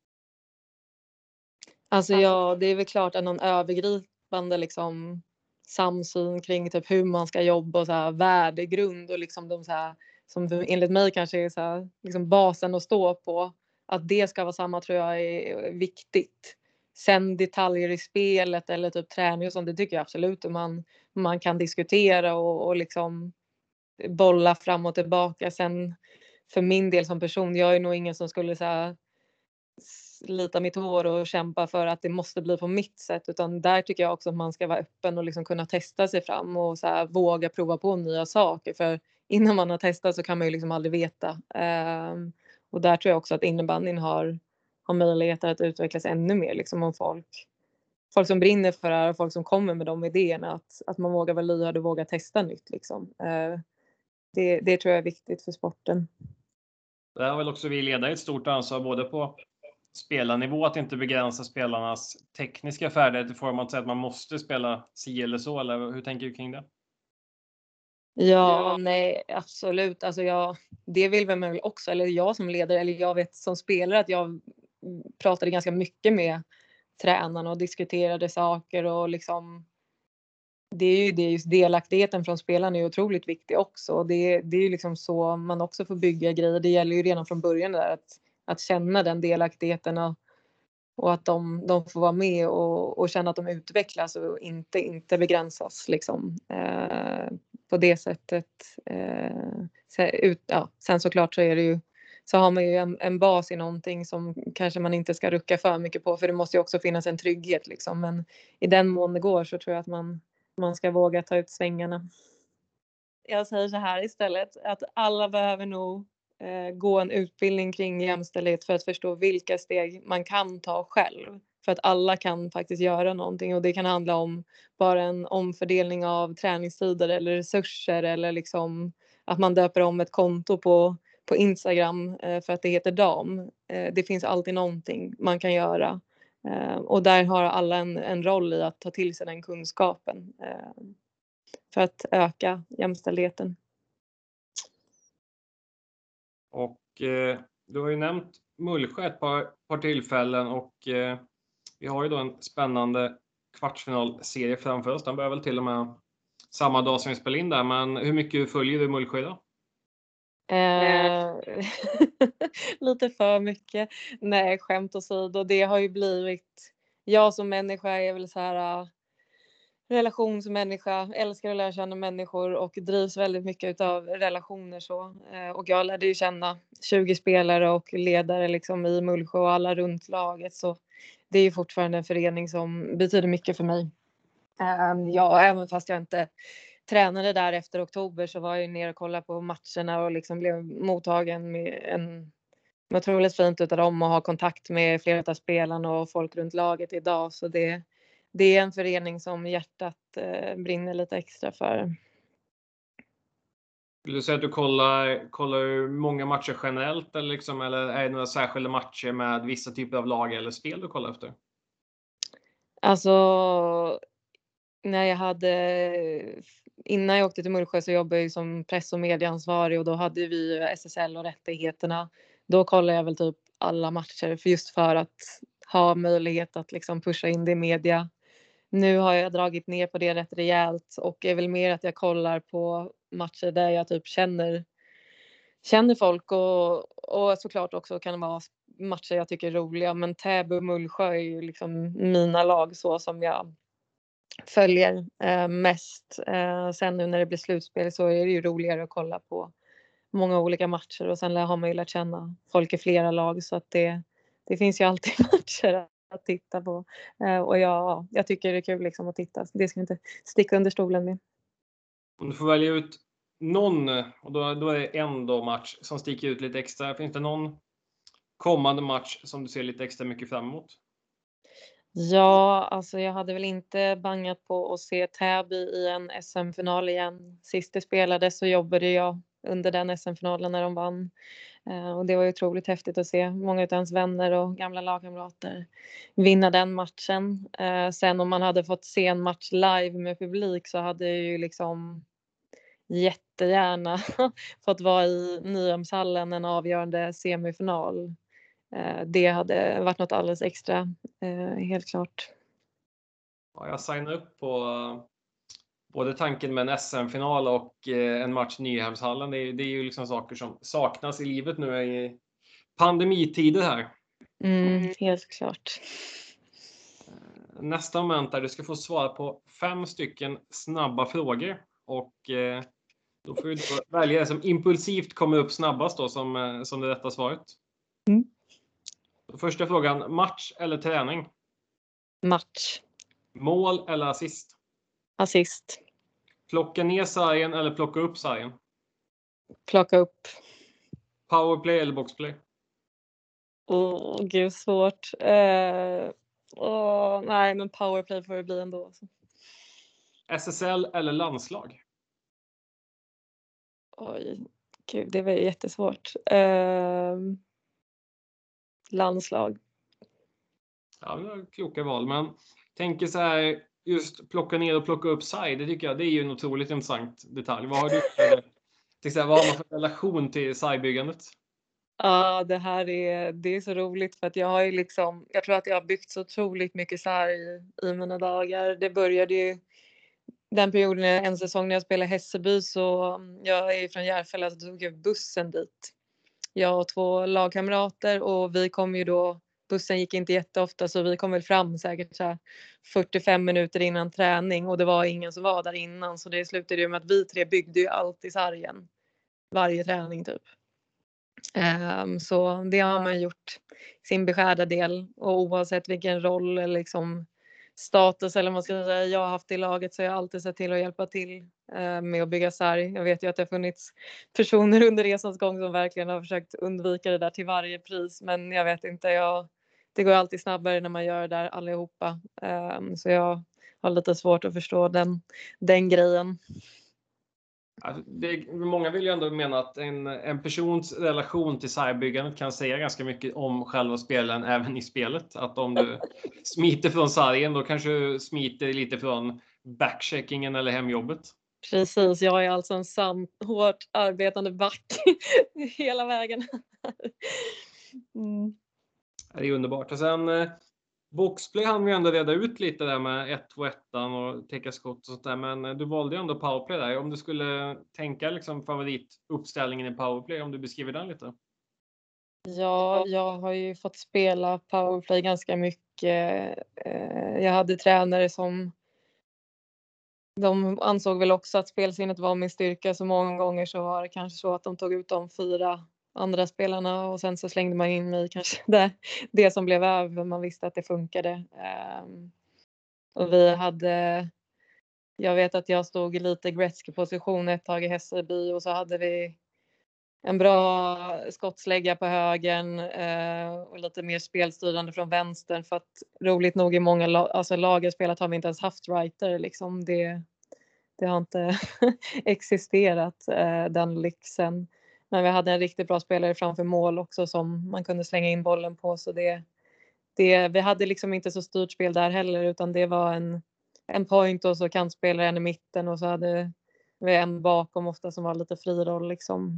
Alltså ja, det är väl klart att någon övergripande liksom samsyn kring typ hur man ska jobba och så här värdegrund och liksom de så här, som enligt mig kanske är så här, liksom basen att stå på, att det ska vara samma tror jag är viktigt. Sen detaljer i spelet eller typ träning och sånt, det tycker jag absolut man kan diskutera och liksom bolla fram och tillbaka. Sen för min del som person, jag är nog ingen som skulle så här slita mitt hår och kämpa för att det måste bli på mitt sätt, utan där tycker jag också att man ska vara öppen och liksom kunna testa sig fram och så här, våga prova på nya saker, för innan man har testat så kan man ju liksom aldrig veta. Och där tror jag också att innebandyn har möjligheter att utvecklas ännu mer liksom, om folk som brinner för det här och folk som kommer med de idéerna, att man vågar vara lyhörd och våga testa nytt liksom. Det tror jag är viktigt för sporten. Det har väl också vi ledare ett stort ansvar både på spelarnivå att inte begränsa spelarnas tekniska färdigheter i form av att säga att man måste spela si eller så, eller hur tänker du kring det? Ja, nej, absolut. Alltså det vill väl också, eller jag som ledare, eller jag vet som spelare att jag pratade ganska mycket med tränarna och diskuterade saker och liksom det är ju det, just delaktigheten från spelarna är otroligt viktig också. Det är ju liksom så man också får bygga grejer. Det gäller ju redan från början där att känna den delaktigheten och att de får vara med och känna att de utvecklas och inte begränsas liksom, på det sättet. Sen såklart så är det ju, så har man ju en bas i någonting som kanske man inte ska rucka för mycket på, för det måste ju också finnas en trygghet liksom. Men i den mån det går så tror jag att man ska våga ta ut svängarna. Jag säger så här istället, att alla behöver nog gå en utbildning kring jämställdhet för att förstå vilka steg man kan ta själv. För att alla kan faktiskt göra någonting, och det kan handla om bara en omfördelning av träningstider eller resurser, eller liksom att man döper om ett konto på Instagram för att det heter dam. Det finns alltid någonting man kan göra. Och där har alla en roll i att ta till sig den kunskapen för att öka jämställdheten. Och du har ju nämnt Mullsjö ett par tillfällen och Vi har ju då en spännande kvartsfinalserie framför oss. Den börjar väl till och med samma dag som vi spelar in där. Men hur mycket följer du Mullsjö då? Eh, lite för mycket. Nej, skämt åsido. Det har ju blivit... Jag som människa är väl så här relationsmänniska. Älskar att lära känna människor och drivs väldigt mycket av relationer så. Och jag lärde ju känna 20 spelare och ledare liksom i Mullsjö och alla runt laget. Så det är ju fortfarande en förening som betyder mycket för mig. Ja, även fast jag inte tränade där efter oktober så var jag nere och kollade på matcherna och liksom blev mottagen med en otroligt fint utav dem och ha kontakt med flera av spelarna och folk runt laget idag. Så det är en förening som hjärtat brinner lite extra för. Vill du säga att du kollar många matcher generellt eller är det några särskilda matcher med vissa typer av lag eller spel du kollar efter? Alltså innan jag åkte till Mullsjö så jobbade jag som press- och medieansvarig och då hade vi SSL och rättigheterna. Då kollade jag väl typ alla matcher för att ha möjlighet att liksom pusha in det i media. Nu har jag dragit ner på det rätt rejält och är väl mer att jag kollar på matcher där jag typ känner folk och såklart också kan det vara matcher jag tycker är roliga. Men Täby och Mullsjö är ju liksom mina lag så som jag följer mest. Sen nu när det blir slutspel så är det ju roligare att kolla på många olika matcher och sen har man ju lärt känna folk i flera lag så att det finns ju alltid matcher att titta på. Och jag tycker det är kul liksom att titta. Det ska jag inte sticka under stolen med. Om du får välja ut någon, och då är det en match som sticker ut lite extra. Finns det någon kommande match som du ser lite extra mycket fram emot? Ja, alltså jag hade väl inte bangat på att se Täby i en SM-final igen. Sist det spelades så jobbade jag under den SM-finalen när de vann. Och det var ju otroligt häftigt att se många av ens vänner och gamla lagkamrater vinna den matchen. Sen om man hade fått se en match live med publik så hade jag ju liksom jättegärna fått vara i Nyhemshallen en avgörande semifinal. Det hade varit något alldeles extra, helt klart. Ja, jag signar upp på både tanken med en SM-final och en match i Nyhemshallen. Det är ju liksom saker som saknas i livet nu i pandemitider här. Helt klart. Nästa moment där du ska få svara på 5 stycken snabba frågor och då får du välja det som impulsivt kommer upp snabbast då som det rätta svaret. Första frågan, match eller träning? Match. Mål eller assist? Assist. Plocka ner sargen eller plocka upp sargen? Plocka upp. Powerplay eller boxplay? Gud svårt. Nej, men powerplay får det bli ändå. SSL eller landslag? Oj, gud, det var ju jättesvårt. Landslag. Ja, det var kloka val, men tänker så här, just plocka ner och plocka upp side, det tycker jag det är ju en otroligt intressant detalj. Vad har du vad har man för relation till sidebyggandet? Ja, det är så roligt för att jag har ju liksom, jag tror att jag har byggt så otroligt mycket sarg i mina dagar. Det började ju den perioden, en säsong när jag spelade Hässelby, så jag är från Järfälla så tog jag bussen dit. Jag och 2 lagkamrater och vi kom ju då, bussen gick inte jätteofta så vi kom väl fram säkert så här 45 minuter innan träning och det var ingen som var där innan så det slutade ju med att vi 3 byggde ju alltid sargen. Varje träning typ. Så det har man gjort sin beskärda del och oavsett vilken roll eller liksom status eller vad man ska säga jag har haft i laget så har jag alltid sett till att hjälpa till med att bygga sarg. Jag vet ju att det har funnits personer under resans gång som verkligen har försökt undvika det där till varje pris men jag vet inte, det går alltid snabbare när man gör det där allihopa. Så jag har lite svårt att förstå den grejen. Alltså, många vill ju ändå mena att en persons relation till sargbyggandet kan säga ganska mycket om själva spelaren även i spelet. Att om du smiter från sargen då kanske du smiter lite från backcheckingen eller hemjobbet. Precis, jag är alltså en hårt arbetande back hela vägen. Det är underbart. Och sen Boxplay hann vi ändå reda ut lite där med 1-2-1 och täcka skott och sånt där, men du valde ju ändå powerplay där. Om du skulle tänka liksom favorituppställningen i powerplay, om du beskriver den lite? Ja, jag har ju fått spela powerplay ganska mycket. Jag hade tränare som de ansåg väl också att spelsinnet var min styrka, så många gånger så var det kanske så att de tog ut de 4 andra spelarna och sen så slängde man in mig kanske det som blev över. Man visste att det funkade. Och jag vet att jag stod i lite Gretzky-position ett tag i Hässelby och så hade vi en bra skottslägga på högen och lite mer spelstyrande från vänstern, för att roligt nog i många lagerspelat har vi inte ens haft writer liksom. Det har inte existerat den lyxen. Men vi hade en riktigt bra spelare framför mål också som man kunde slänga in bollen på, så vi hade liksom inte så styrt spel där heller, utan det var en point och så kantspelare en i mitten och så hade vi en bakom ofta som var lite fri roll liksom.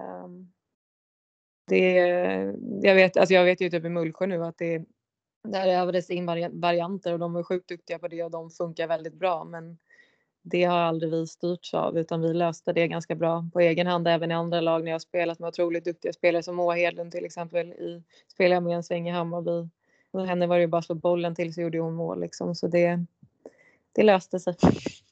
Jag vet ju typ i Mullsjö nu att där övades in varianter och de var sjukt duktiga på det och de funkar väldigt bra, men det har aldrig vi styrts av, utan vi löste det ganska bra på egen hand även i andra lag när jag spelat med otroligt duktiga spelare som Moa Hedlund till exempel. Spelade jag med en sväng i Hammarby och henne var det ju bara att slå bollen till så gjorde hon mål liksom, så det löste sig.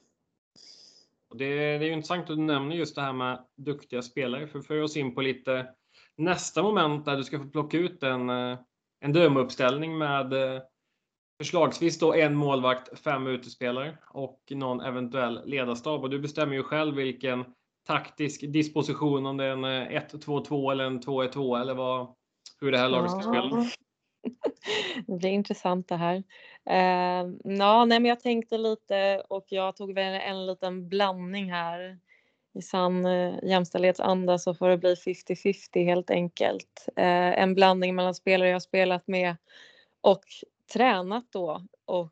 Det är ju intressant att du nämner just det här med duktiga spelare, för oss in på lite nästa moment där du ska få plocka ut en drömuppställning med förslagsvis då en målvakt, 5 utespelare och någon eventuell ledarstab. Och du bestämmer ju själv vilken taktisk disposition, om det är en 1-2-2 eller en 2-1-2 eller hur det här laget ska spela. Det blir intressant det här. Nej, men jag tänkte lite och jag tog väl en liten blandning här. I sann jämställdhetsanda så får det bli 50-50 helt enkelt. En blandning mellan spelare jag spelat med och tränat då. Och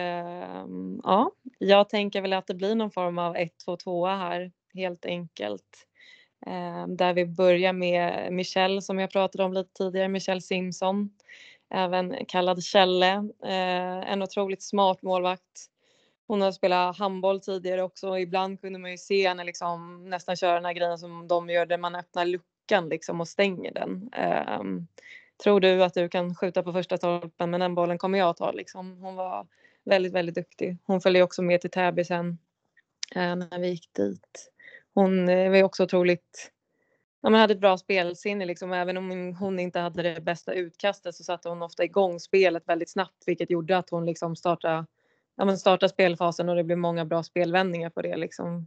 ja, jag tänker väl att det blir någon form av 1-2-2 här helt enkelt. Där vi börjar med Michelle som jag pratade om lite tidigare, Michelle Simpson. Även kallad Kjelle. En otroligt smart målvakt. Hon har spelat handboll tidigare också och ibland kunde man ju se henne liksom nästan köra den här grejen som de gör där man öppnar luckan liksom och stänger den. Tror du att du kan skjuta på första stolpen, men den bollen kommer jag ta liksom. Hon var väldigt, väldigt duktig. Hon följde också med till Täby sen när vi gick dit. Hon var ju också otroligt, ja, men hade ett bra spelsinne liksom. Även om hon inte hade det bästa utkastet så satte hon ofta igång spelet väldigt snabbt, vilket gjorde att hon liksom startade spelfasen och det blev många bra spelvändningar på det liksom.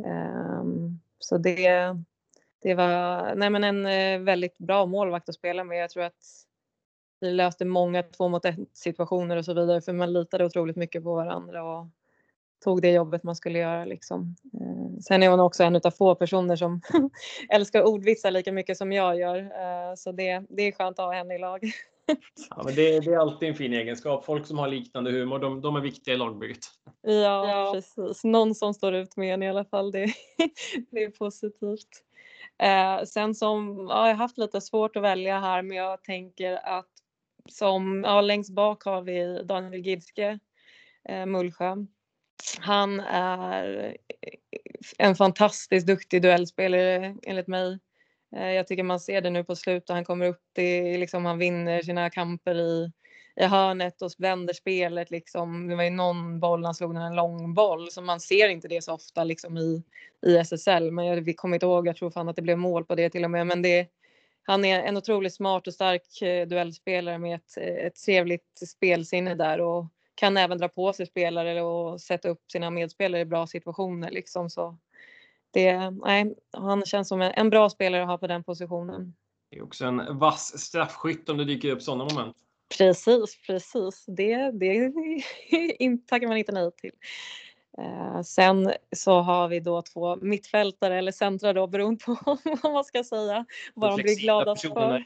Så det var en väldigt bra målvakt att spela med. Jag tror att vi löste många 2-mot-1 situationer och så vidare, för man litade otroligt mycket på varandra och tog det jobbet man skulle göra liksom. Sen är hon också en utav få personer som älskar ordvitsar lika mycket som jag gör. Så det är skönt att ha henne i lag. Ja, men det är alltid en fin egenskap. Folk som har liknande humor, de är viktiga i lagbygget. Ja, precis. Någon som står ut med en i alla fall. Det är positivt. Sen jag har haft lite svårt att välja här, men jag tänker att längst bak har vi Daniel Gidske, Mullsjö. Han är en fantastiskt duktig duellspelare enligt mig. Jag tycker man ser det nu på slutet. Han kommer upp, han vinner sina kamper i hörnet och vänder spelet liksom. Det var ju någon boll han slog, en lång boll, så man ser inte det så ofta liksom i SSL. Men vi kommer inte ihåg, jag tror fan att det blev mål på det till och med. Men han är en otroligt smart och stark duellspelare med ett trevligt spelsinne där och kan även dra på sig spelare och sätta upp sina medspelare i bra situationer liksom. Så han känns som en bra spelare att ha på den positionen. Det är också en vass straffskytt om det dyker upp sådana moment. Precis. Det tackar man inte nej till. Sen så har vi då 2 mittfältare eller centra då, beroende på vad man ska säga. Vad de blir gladast för.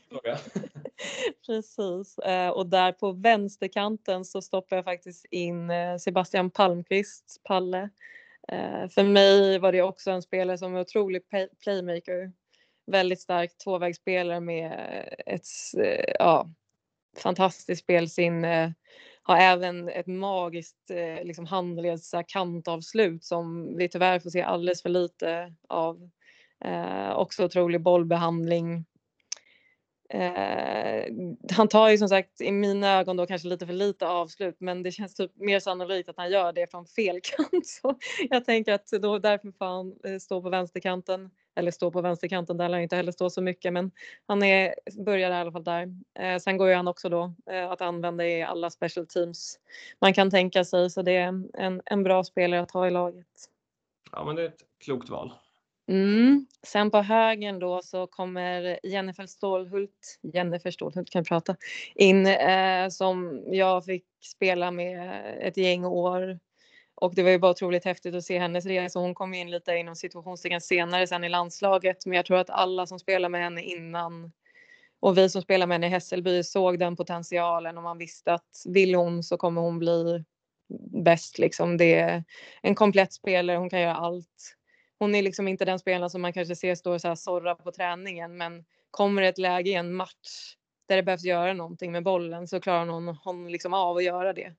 Precis. Och där på vänsterkanten så stoppar jag faktiskt in Sebastian Palmqvist, Palle. För mig var det också en spelare som är otrolig playmaker. Väldigt stark tvåvägsspelare med ett fantastiskt spelsinne. har även ett magiskt liksom handleds kantavslut som vi tyvärr får se alldeles för lite av. Också otrolig bollbehandling. Han tar ju som sagt i mina ögon då kanske lite för lite avslut, men det känns typ mer sannolikt att han gör det från fel kant. Så jag tänker att då därför får han stå på vänsterkanten. Eller stå på vänsterkanten, där lär han inte heller stå så mycket, men han börjar i alla fall där. Sen går ju han också då att använda i alla special teams man kan tänka sig, så det är en bra spelare att ha i laget. Ja, men det är ett klokt val. Sen på högen då så kommer Jennifer Stålhult kan prata in, som jag fick spela med ett gäng år. Och det var ju bara otroligt häftigt att se hennes resa. Hon kom in lite inom situationstecken senare sen i landslaget. Men jag tror att alla som spelar med henne innan och vi som spelar med henne i Hässelby såg den potentialen. Och man visste att vill hon så kommer hon bli bäst. Liksom. Det är en komplett spelare. Hon kan göra allt. Hon är liksom inte den spelaren som man kanske ser står så här sorra på träningen. Men kommer ett läge i en match där det behövs göra någonting med bollen så klarar hon liksom av att göra det.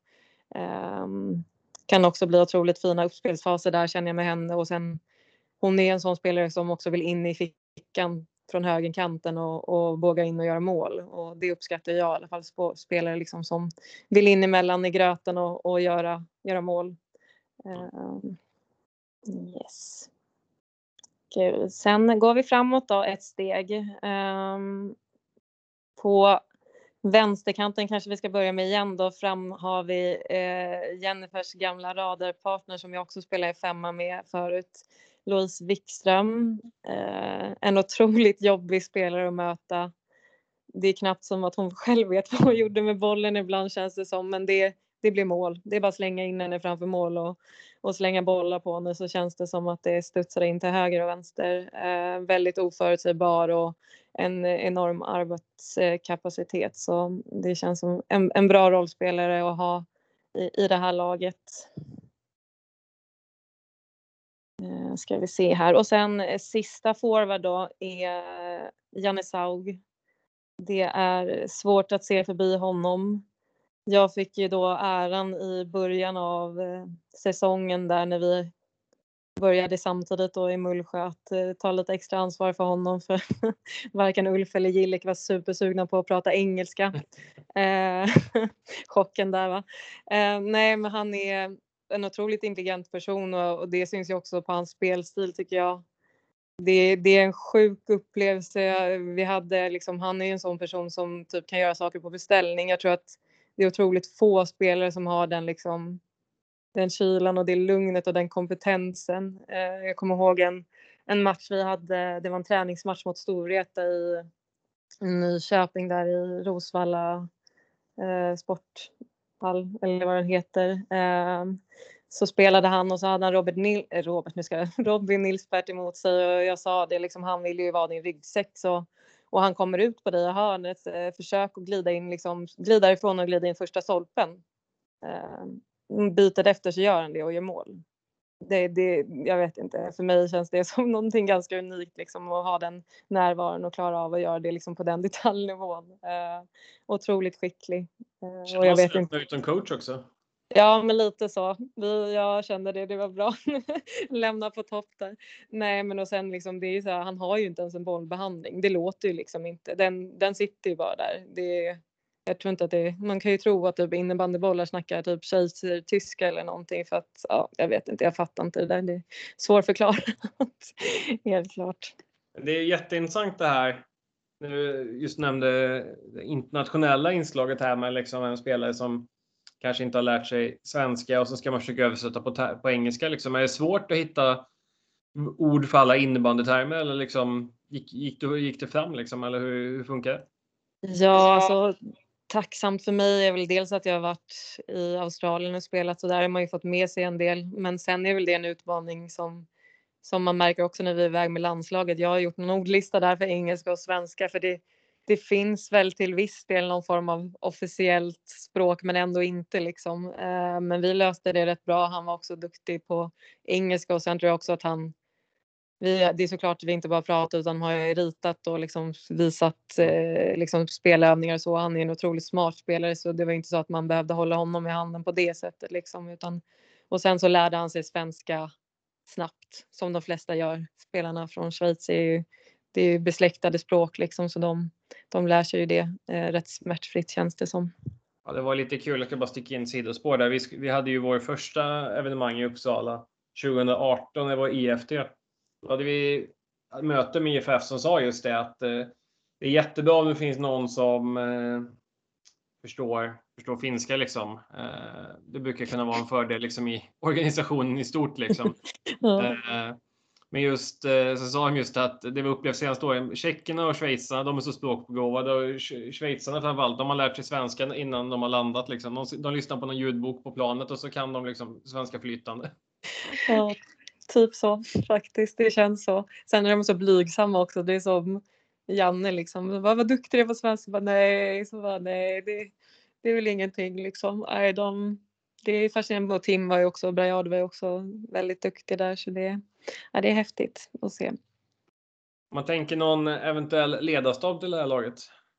Kan också bli otroligt fina uppspelsfaser där känner jag med henne. Och sen hon är en sån spelare som också vill in i fickan från högerkanten och våga in och göra mål. Och det uppskattar jag i alla fall, spelare liksom som vill in emellan i gröten och göra mål. Yes. Okay. Sen går vi framåt då ett steg. På vänsterkanten kanske vi ska börja med igen då. Fram har vi Jennifers gamla radarpartner som jag också spelade i 5 med förut. Louise Wikström. En otroligt jobbig spelare att möta. Det är knappt som att hon själv vet vad hon gjorde med bollen ibland känns det som. Men det blir mål. Det är bara att slänga in henne framför mål och slänga bollar på henne så känns det som att det studsar in till höger och vänster. Väldigt oförutsägbar och en enorm arbetskapacitet. Så det känns som en bra rollspelare att ha i det här laget. Ska vi se här. Och sen sista forward då är Janne Saug. Det är svårt att se förbi honom. Jag fick ju då äran i början av säsongen där när vi började samtidigt då i Mullsjö att ta lite extra ansvar för honom för varken Ulf eller Gillik var supersugna på att prata engelska. Chocken där va. Nej men han är en otroligt intelligent person och det syns ju också på hans spelstil tycker jag. Det är en sjuk upplevelse. Vi hade liksom, han är ju en sån person som typ kan göra saker på beställning. Jag tror att det är otroligt få spelare som har den liksom den kylan och det lugnet och den kompetensen. Jag kommer ihåg en match vi hade, det var en träningsmatch mot Storvreta i Nyköping där i Rosvalla sporthall eller vad den heter. Så spelade han och så hade han Robin Nilsbert emot sig och jag sa det liksom, han vill ju vara din ryggsäck så, och han kommer ut på dig och hörnet, försök att glida ifrån och glida in första stolpen. Byter efter så gör han det och gör mål. Jag vet inte, för mig känns det som någonting ganska unikt liksom, att ha den närvaron och klara av att göra det liksom, på den detaljnivån. Otroligt skicklig. Och jag vet inte utan coach också. Ja, men lite så. Jag kände det var bra. Lämna på topp där. Nej, men och sen liksom, det är så här, han har ju inte ens en bollbehandling. Det låter ju liksom inte. Den sitter ju bara där. Jag tror inte att man kan ju tro att typ innebandybollar snackar typ tyska eller någonting för att, ja, jag vet inte, jag fattar inte det där. Det är svårförklarat. Helt klart. Det är jätteintressant det här. När du just nämnde det internationella inslaget här med liksom en spelare som kanske inte har lärt sig svenska och så ska man försöka översätta på engelska. Liksom. Är det svårt att hitta ord för alla innebandytermer eller liksom, gick det fram liksom, eller hur funkar det? Ja, alltså tacksamt för mig är väl dels att jag har varit i Australien och spelat så där har man ju fått med sig en del. Men sen är väl det en utmaning som man märker också när vi är iväg med landslaget. Jag har gjort en ordlista där för engelska och svenska för det finns väl till viss del någon form av officiellt språk men ändå inte liksom. Men vi löste det rätt bra. Han var också duktig på engelska och sen tror jag också att han det är såklart vi inte bara pratar utan har ju ritat och liksom visat liksom spelövningar och så. Han är en otroligt smart spelare så det var inte så att man behövde hålla honom i handen på det sättet liksom, utan och sen så lärde han sig svenska snabbt som de flesta gör. Spelarna från Schweiz det är ju besläktade språk liksom, så de lär sig ju det rätt smärtfritt känns det som. Ja, det var lite kul. Jag ska bara sticka in sidospår där. Vi hade ju vår första evenemang i Uppsala 2018. Det var EFT. Då hade vi möte med IFF som sa just det att det är jättebra om det finns någon som förstår finska liksom. Det brukar kunna vara en fördel liksom i organisationen i stort liksom. Ja. Men just så sa de just att det vi upplevt senaste åren, tjeckerna och schweizarna, de är så språkbegåvade och schweizarna framförallt, de har lärt sig svenska innan de har landat liksom. De lyssnar på någon ljudbok på planet och så kan de liksom svenska flytande. Ja, typ så faktiskt. Det känns så. Sen är de så blygsamma också. Det är som Janne liksom. Vad duktig du är på svenska. Nej, det är väl ingenting liksom. Nej, det är fascinerande. Och Tim var ju också, Brajad var ju också väldigt duktig där. Så det är häftigt att se. Man tänker någon eventuell ledarstab till det här laget?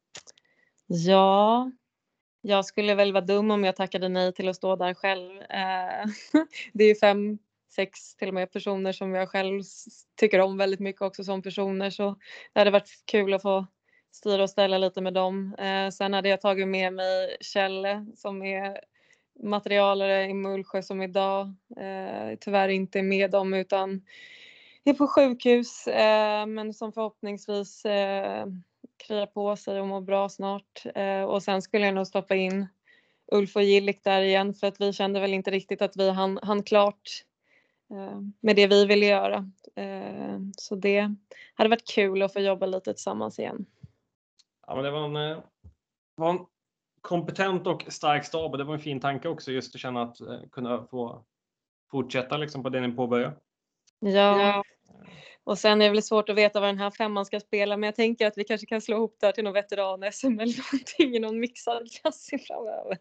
Ja, jag skulle väl vara dum om jag tackade nej till att stå där själv. Det är ju 5, 6 till och med personer som jag själv tycker om väldigt mycket också som personer. Så det hade varit kul att få styra och ställa lite med dem. Sen hade jag tagit med mig Kjelle som är materialare i Mullsjö som idag tyvärr inte är med dem utan är på sjukhus. Men som förhoppningsvis kryar på sig och mår bra snart. Och sen skulle jag nog stoppa in Ulf och Gillik där igen för att vi kände väl inte riktigt att vi hann klart med det vi ville göra. Så det hade varit kul att få jobba lite tillsammans igen. Ja, men det var en kompetent och stark stab och det var en fin tanke också just att känna att kunna få fortsätta liksom på det ni påbörjar. Ja. Och sen är det väl svårt att veta vad den här 5:an ska spela men jag tänker att vi kanske kan slå ihop där till någon veteran-SM eller någonting i någon mixad klass framöver.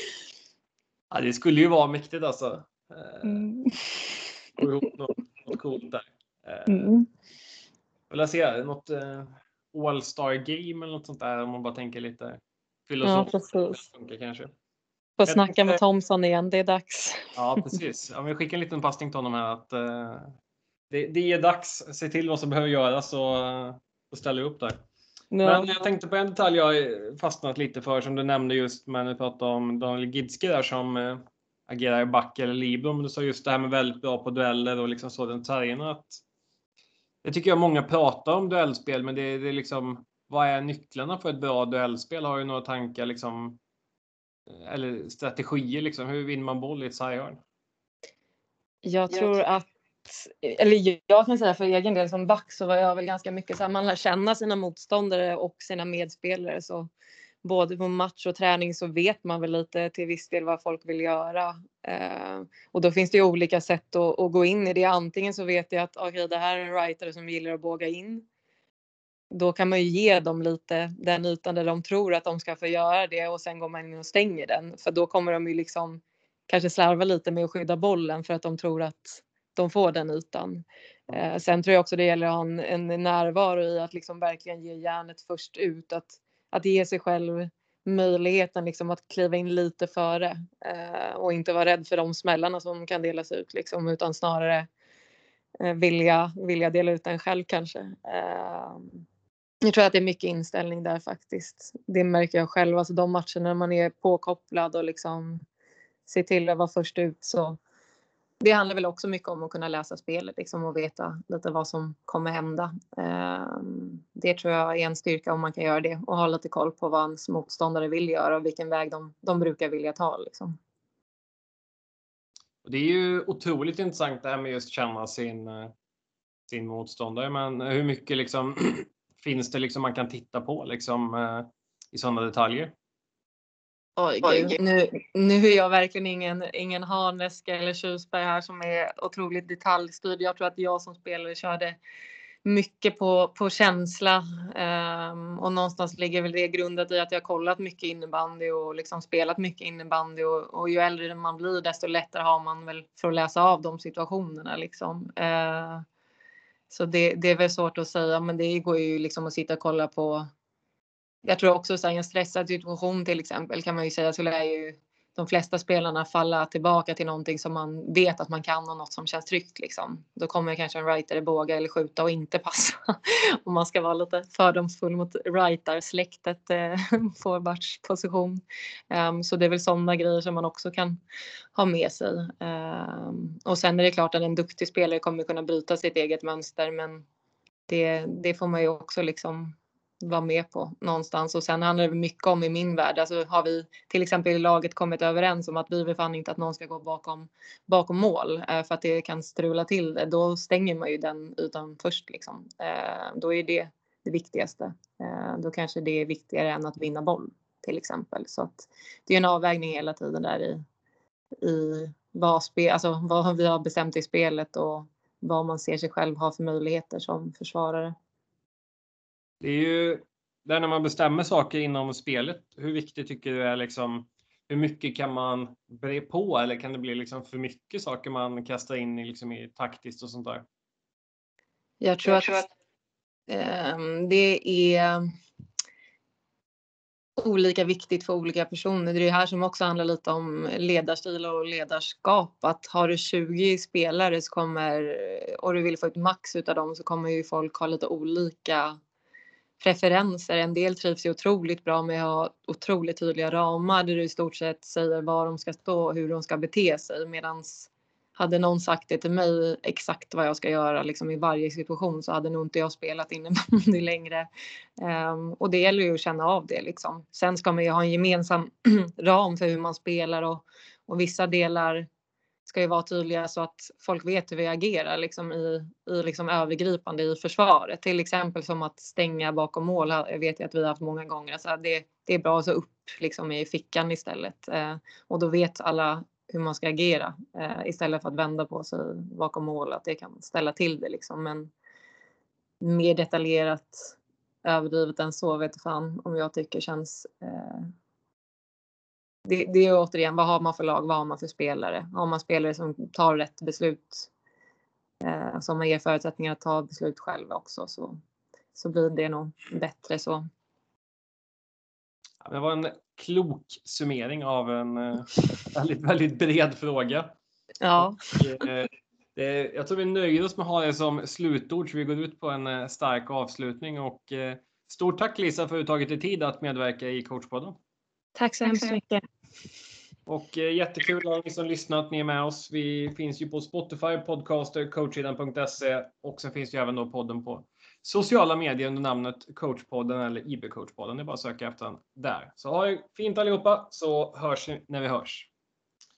Ja, det skulle ju vara mäktigt alltså. Få ihop något coolt där. Vill jag se något All-Star Game eller något sånt där om man bara tänker lite filosofiskt. Ja, precis. Kanske. Får snacka med Thomson igen, det är dags. Ja, precis. Ja, vi skickar en liten passning till honom här att det är dags. Se till vad som behöver göras och ställa upp där. Ja. Men jag tänkte på en detalj jag fastnat lite för som du nämnde just när du pratade om Daniel Gidske där som agerar i back eller libero. Men du sa just det här med väldigt bra på dueller och liksom sådant terrierna att det tycker jag många pratar om duellspel men det är liksom vad är nycklarna för ett bra duellspel? Har du några tankar liksom eller strategier liksom? Hur vinner man boll i ett sarghörn? Jag tror att, eller jag kan säga för egen del som back så var jag väl ganska mycket så här, man lär känna sina motståndare och sina medspelare så både på match och träning så vet man väl lite till viss del vad folk vill göra. Och då finns det ju olika sätt att gå in i det. Antingen så vet jag att okay, det här är en writer som gillar att båga in. Då kan man ju ge dem lite den ytan där de tror att de ska få göra det och sen går man in och stänger den. För då kommer de ju liksom kanske slarva lite med att skydda bollen för att de tror att de får den ytan. Sen tror jag också det gäller att ha en närvaro i att liksom verkligen ge järnet först ut. Att ge sig själv möjligheten liksom att kliva in lite före. Och inte vara rädd för de smällarna som kan delas ut liksom, utan snarare vilja dela ut den själv kanske. Jag tror att det är mycket inställning där faktiskt. Det märker jag själv. Alltså de matcherna när man är påkopplad och liksom ser till att vara först ut så det handlar väl också mycket om att kunna läsa spelet liksom, och veta lite vad som kommer hända. Det tror jag är en styrka om man kan göra det och ha lite koll på vad ens motståndare vill göra och vilken väg de brukar vilja ta. Liksom. Det är ju otroligt intressant det här med just känna sin motståndare. Men hur mycket liksom, finns det liksom man kan titta på liksom, i sådana detaljer? Oj, nu är jag verkligen ingen Harneska eller Tjusberg här som är otroligt detaljstyrd. Jag tror att jag som spelare körde mycket på känsla och någonstans ligger väl det grundat i att jag kollat mycket innebandy och liksom spelat mycket innebandy och ju äldre man blir desto lättare har man väl för att läsa av de situationerna liksom. Så det är väl svårt att säga, men det går ju liksom att sitta och kolla på. Jag tror också så här, i en stressad situation till exempel kan man ju säga, så lär ju de flesta spelarna falla tillbaka till någonting som man vet att man kan och något som känns tryggt liksom. Då kommer kanske en rightare båga eller skjuta och inte passa. Om man ska vara lite fördomsfull mot rightarsläktet forwardsposition. Så det är väl sådana grejer som man också kan ha med sig. Och sen är det klart att en duktig spelare kommer kunna bryta sitt eget mönster, men det får man ju också liksom vara med på någonstans. Och sen handlar det mycket om i min värld. Alltså har vi till exempel i laget kommit överens om att vi vill fan inte att någon ska gå bakom mål för att det kan strula till det. Då stänger man ju den ytan först liksom. Då är det viktigaste. Då kanske det är viktigare än att vinna boll till exempel. Så att det är en avvägning hela tiden där i vad vi har bestämt i spelet och vad man ser sig själv ha för möjligheter som försvarare. Det är ju där när man bestämmer saker inom spelet. Hur viktigt tycker du är liksom, hur mycket kan man bre på, eller kan det bli liksom för mycket saker man kastar in liksom i taktiskt och sånt där? Jag tror att det är olika viktigt för olika personer. Det är det här som också handlar lite om ledarstil och ledarskap. Att har du 20 spelare och du vill få ett max utav dem, så kommer ju folk ha lite olika preferenser. En del trivs ju otroligt bra med att ha otroligt tydliga ramar där du i stort sett säger var de ska stå och hur de ska bete sig. Medans hade någon sagt det till mig exakt vad jag ska göra liksom i varje situation, så hade nog inte jag spelat innebandy längre. Och det gäller ju att känna av det liksom. Sen ska man ju ha en gemensam ram för hur man spelar, och vissa delar ska ju vara tydliga så att folk vet hur vi agerar liksom i liksom övergripande i försvaret. Till exempel som att stänga bakom mål. Jag vet ju att vi har haft många gånger. Alltså det är bra att så upp liksom i fickan istället. Och då vet alla hur man ska agera istället för att vända på sig bakom mål. Att det kan ställa till det liksom. Men mer detaljerat överdrivet än så vet fan om jag tycker känns... Det är återigen, vad har man för lag, vad har man för spelare? Har man spelare som tar rätt beslut, som man ger förutsättningar att ta beslut själva också, så blir det nog bättre så. Det var en klok summering av en väldigt, väldigt bred fråga. Ja. Och, jag tror vi nöjer oss med att ha det som slutord, så vi går ut på en stark avslutning. Och stort tack Lisa för att du tagit dig tid att medverka i Coachpodden. Tack så hemskt mycket. Och jättekul att ni som lyssnat, ni är med oss. Vi finns ju på Spotify, Podcaster, coachidan.se, och sen finns ju även då podden på sociala medier under namnet Coachpodden eller IB Coachpodden. Det är bara att söka efter den där. Så ha det fint allihopa, så hörs vi när vi hörs.